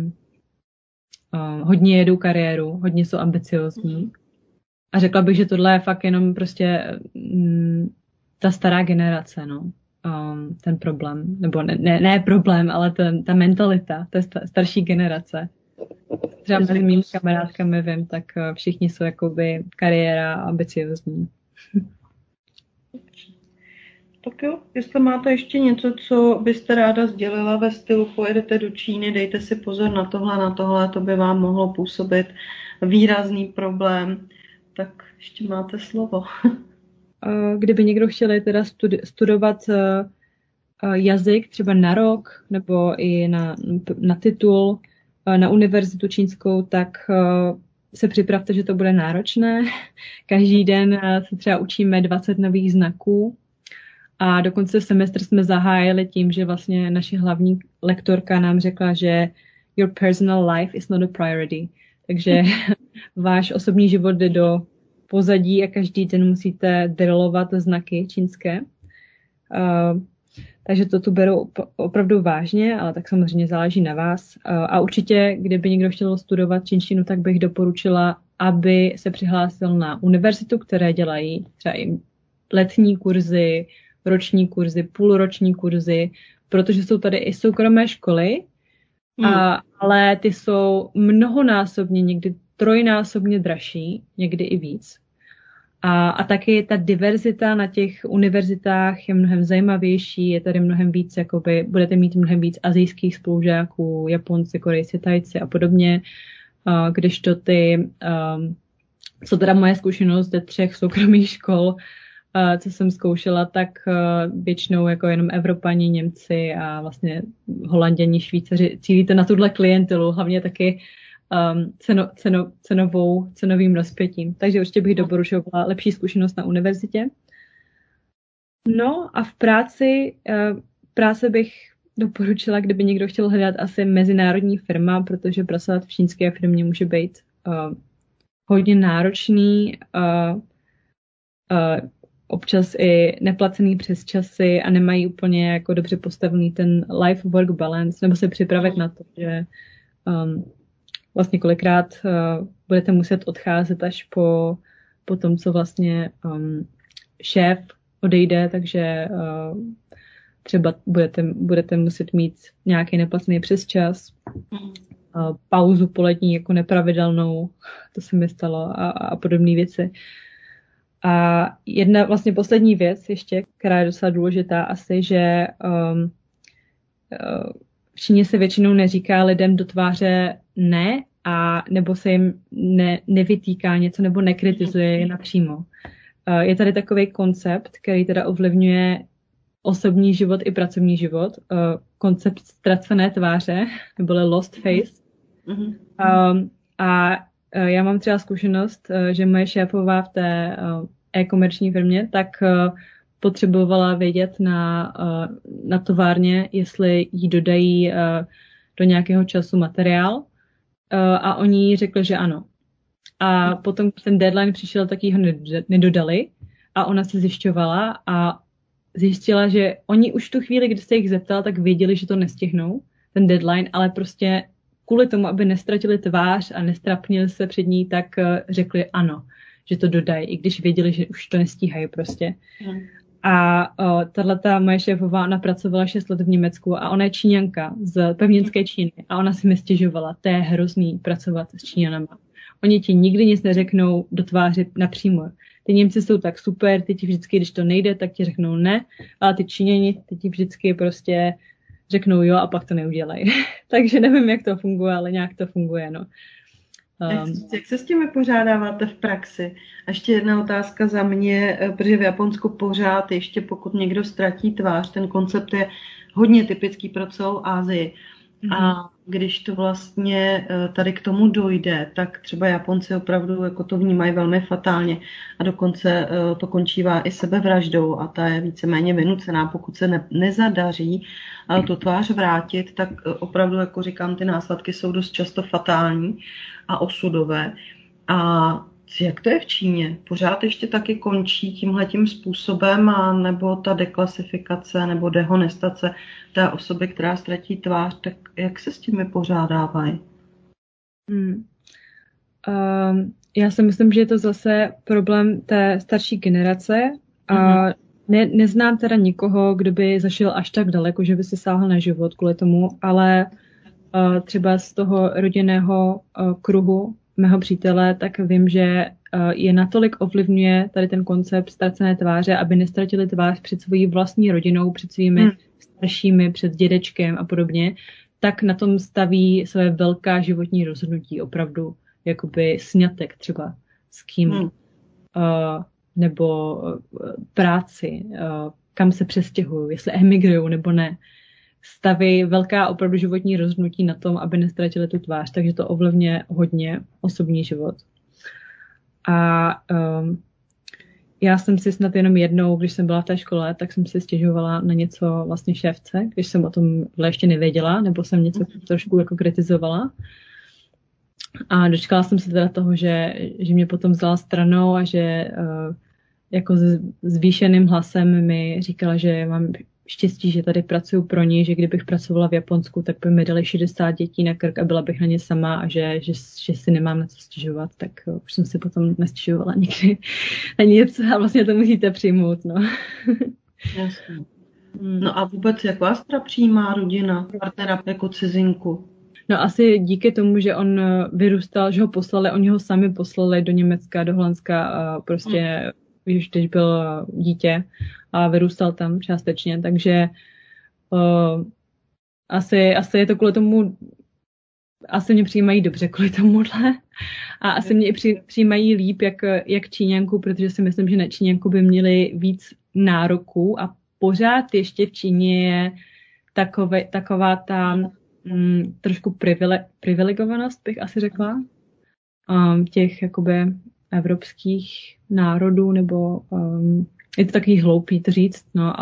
hodně jedou kariéru, hodně jsou ambiciozní. A řekla bych, že tohle je fakt jenom prostě ta stará generace, no. Ten problém, nebo ne problém, ale ta mentalita, ta starší generace. Třeba mezi mými kamarádkami vím, tak všichni jsou jakoby kariéra ambiciozní. Tak jo, jestli máte ještě něco, co byste ráda sdělila ve stylu pojedete do Číny, dejte si pozor na tohle, to by vám mohlo působit výrazný problém, tak ještě máte slovo. Kdyby někdo chtěl teda studovat jazyk třeba na rok nebo i na titul na univerzitu čínskou, tak se připravte, že to bude náročné. Každý den se třeba učíme 20 nových znaků a dokonce semestr jsme zahájili tím, že vlastně naše hlavní lektorka nám řekla, že your personal life is not a priority. Takže váš osobní život jde do pozadí a každý den musíte drillovat znaky čínské. Takže to tu beru opravdu vážně, ale tak samozřejmě záleží na vás. A určitě, kdyby někdo chtěl studovat čínštinu, tak bych doporučila, aby se přihlásil na univerzitu, které dělají třeba i letní kurzy, roční kurzy, půlroční kurzy, protože jsou tady i soukromé školy, ale ty jsou mnohonásobně, někdy trojnásobně dražší, někdy i víc. A taky ta diverzita na těch univerzitách je mnohem zajímavější, je tady mnohem víc, jakoby, budete mít mnohem víc asijských spolužáků, Japonci, Korejci, Tajci a podobně, kdežto co teda moje zkušenost ze 3 soukromých škol, co jsem zkoušela, tak většinou jako jenom Evropani, Němci a vlastně Holanděni, Švýcaři cílíte na tuhle klientelu, hlavně taky cenovým rozpětím. Takže určitě bych doporučovala lepší zkušenost na univerzitě. No a v práci bych doporučila, kdyby někdo chtěl hledat asi mezinárodní firma, protože pracovat v čínské firmě může být hodně náročný, občas i neplacený přesčasy a nemají úplně jako dobře postavený ten life-work balance, nebo se připravit na to, že vlastně kolikrát budete muset odcházet až po tom, co vlastně šéf odejde, takže třeba budete muset mít nějaký neplacený přesčas, pauzu polední jako nepravidelnou, to se mi stalo a podobné věci. A jedna vlastně poslední věc ještě, která je docela důležitá, asi, že v Číně se většinou neříká lidem do tváře ne, a nebo se jim nevytýká něco nebo nekritizuje je napřímo. Je tady takový koncept, který teda ovlivňuje osobní život i pracovní život. Koncept ztracené tváře, neboli lost face. A já mám třeba zkušenost, že moje šéfová v té e-komerční firmě, tak potřebovala vědět na továrně, jestli jí dodají do nějakého času materiál. A oni jí řekli, že ano. A potom ten deadline přišel, tak jí ho nedodali a ona se zjišťovala a zjistila, že oni už v tu chvíli, kdy se jich zeptala, tak věděli, že to nestihnou, ten deadline, ale prostě kvůli tomu, aby nestratili tvář a nestrapnili se před ní, tak řekli ano, že to dodají, i když věděli, že už to nestíhají prostě. A tato moje šéfová, ona pracovala 6 let v Německu a ona je Číňanka z pevninské Číny a ona si mi stěžovala, to je hrozný pracovat s Číňanama. Oni ti nikdy nic neřeknou do tváře napřímo. Ty Němci jsou tak super, ty ti vždycky, když to nejde, tak ti řeknou ne, ale ty Číňani, ty ti vždycky prostě řeknou jo a pak to neudělají. Takže nevím, jak to funguje, ale nějak to funguje, no. Jak se s tím vypořádáváte v praxi? A ještě jedna otázka za mě, protože v Japonsku pořád ještě pokud někdo ztratí tvář, ten koncept je hodně typický pro celou Asii, A když to vlastně tady k tomu dojde, tak třeba Japonci opravdu jako to vnímají velmi fatálně a dokonce to končívá i sebevraždou a ta je víceméně vynucená. Pokud se nezadaří tu tvář vrátit, tak opravdu, jako říkám, ty následky jsou dost často fatální a osudové. A jak to je v Číně? Pořád ještě taky končí tímhletím způsobem, a nebo ta deklasifikace nebo dehonestace té osoby, která ztratí tvář, tak jak se s tím vypořádávají? Já si myslím, že je to zase problém té starší generace a neznám teda nikoho, kdo by zašel až tak daleko, že by si sáhl na život kvůli tomu, ale třeba z toho rodinného kruhu mého přítele, tak vím, že je natolik ovlivňuje tady ten koncept ztracené tváře, aby nestratili tvář před svojí vlastní rodinou, před svými staršími, před dědečkem a podobně, tak na tom staví své velká životní rozhodnutí opravdu, jakoby sňatek třeba s kým, nebo práci, kam se přestěhují, jestli emigrují nebo ne. Staví velká opravdu životní rozhodnutí na tom, aby nestratili tu tvář, takže to ovlivňuje hodně osobní život. A já jsem si snad jenom jednou, když jsem byla v té škole, tak jsem si stěžovala na něco vlastně šéfce, když jsem o tom ještě nevěděla, nebo jsem něco trošku jako kritizovala. A dočkala jsem se teda toho, že mě potom vzala stranou a že jako zvýšeným hlasem mi říkala, že mám štěstí, že tady pracuju pro ní, že kdybych pracovala v Japonsku, tak by mi dali 60 dětí na krk a byla bych na ně sama a že si nemám na co stěžovat, tak už jsem si potom nestěžovala nikdy na nic a vlastně to musíte přijmout, no. Jasně. No a vůbec jak vás teda přijímá rodina, partnera jako cizinku? No asi díky tomu, že on vyrůstal, že ho poslali, oni ho sami poslali do Německa, do Holandska a prostě když byl dítě a vyrůstal tam částečně, takže asi je to kvůli tomu, asi mě přijímají dobře kvůli tomuhle a asi mě i přijímají líp jak Číňanku, protože si myslím, že na Číňanku by měli víc nároků a pořád ještě v Číně je taková ta trošku privilegovanost, bych asi řekla, těch jakoby evropských národů, nebo je to takový hloupý to říct, no,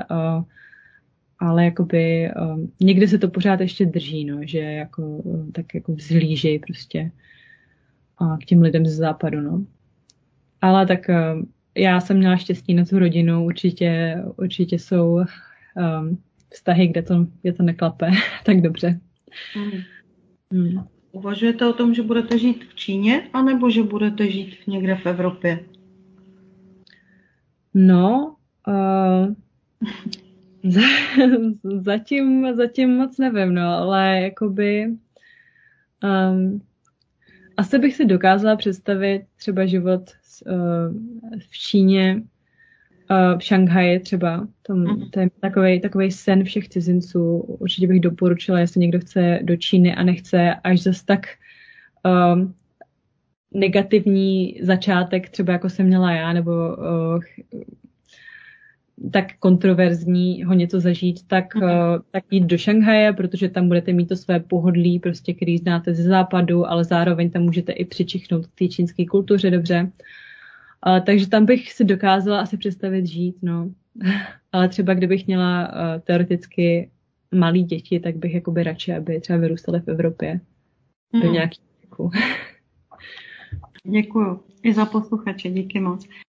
ale jakoby někdy se to pořád ještě drží, no, že jako, tak jako vzhlížej prostě k těm lidem ze západu, no. Ale tak já jsem měla štěstí na tu rodinu, určitě jsou vztahy, kde to neklape tak dobře. Uvažujete o tom, že budete žít v Číně, anebo že budete žít někde v Evropě? No, zatím moc nevím, no, ale jakoby asi bych si dokázala představit třeba život v Číně, v Šanghaji třeba. To je takovej sen všech cizinců. Určitě bych doporučila, jestli někdo chce do Číny a nechce až zas tak negativní začátek, třeba jako jsem měla já, nebo tak kontroverzní ho něco zažít, tak jít do Šanghaje, protože tam budete mít to své pohodlí, prostě, který znáte ze západu, ale zároveň tam můžete i přičichnout k té čínské kultuře dobře. Takže tam bych si dokázala asi představit žít, no. Ale třeba kdybych měla teoreticky malý děti, tak bych jakoby radši, aby třeba vyrůstaly v Evropě. Do nějakých věku. Děkuju. I za posluchače, díky moc.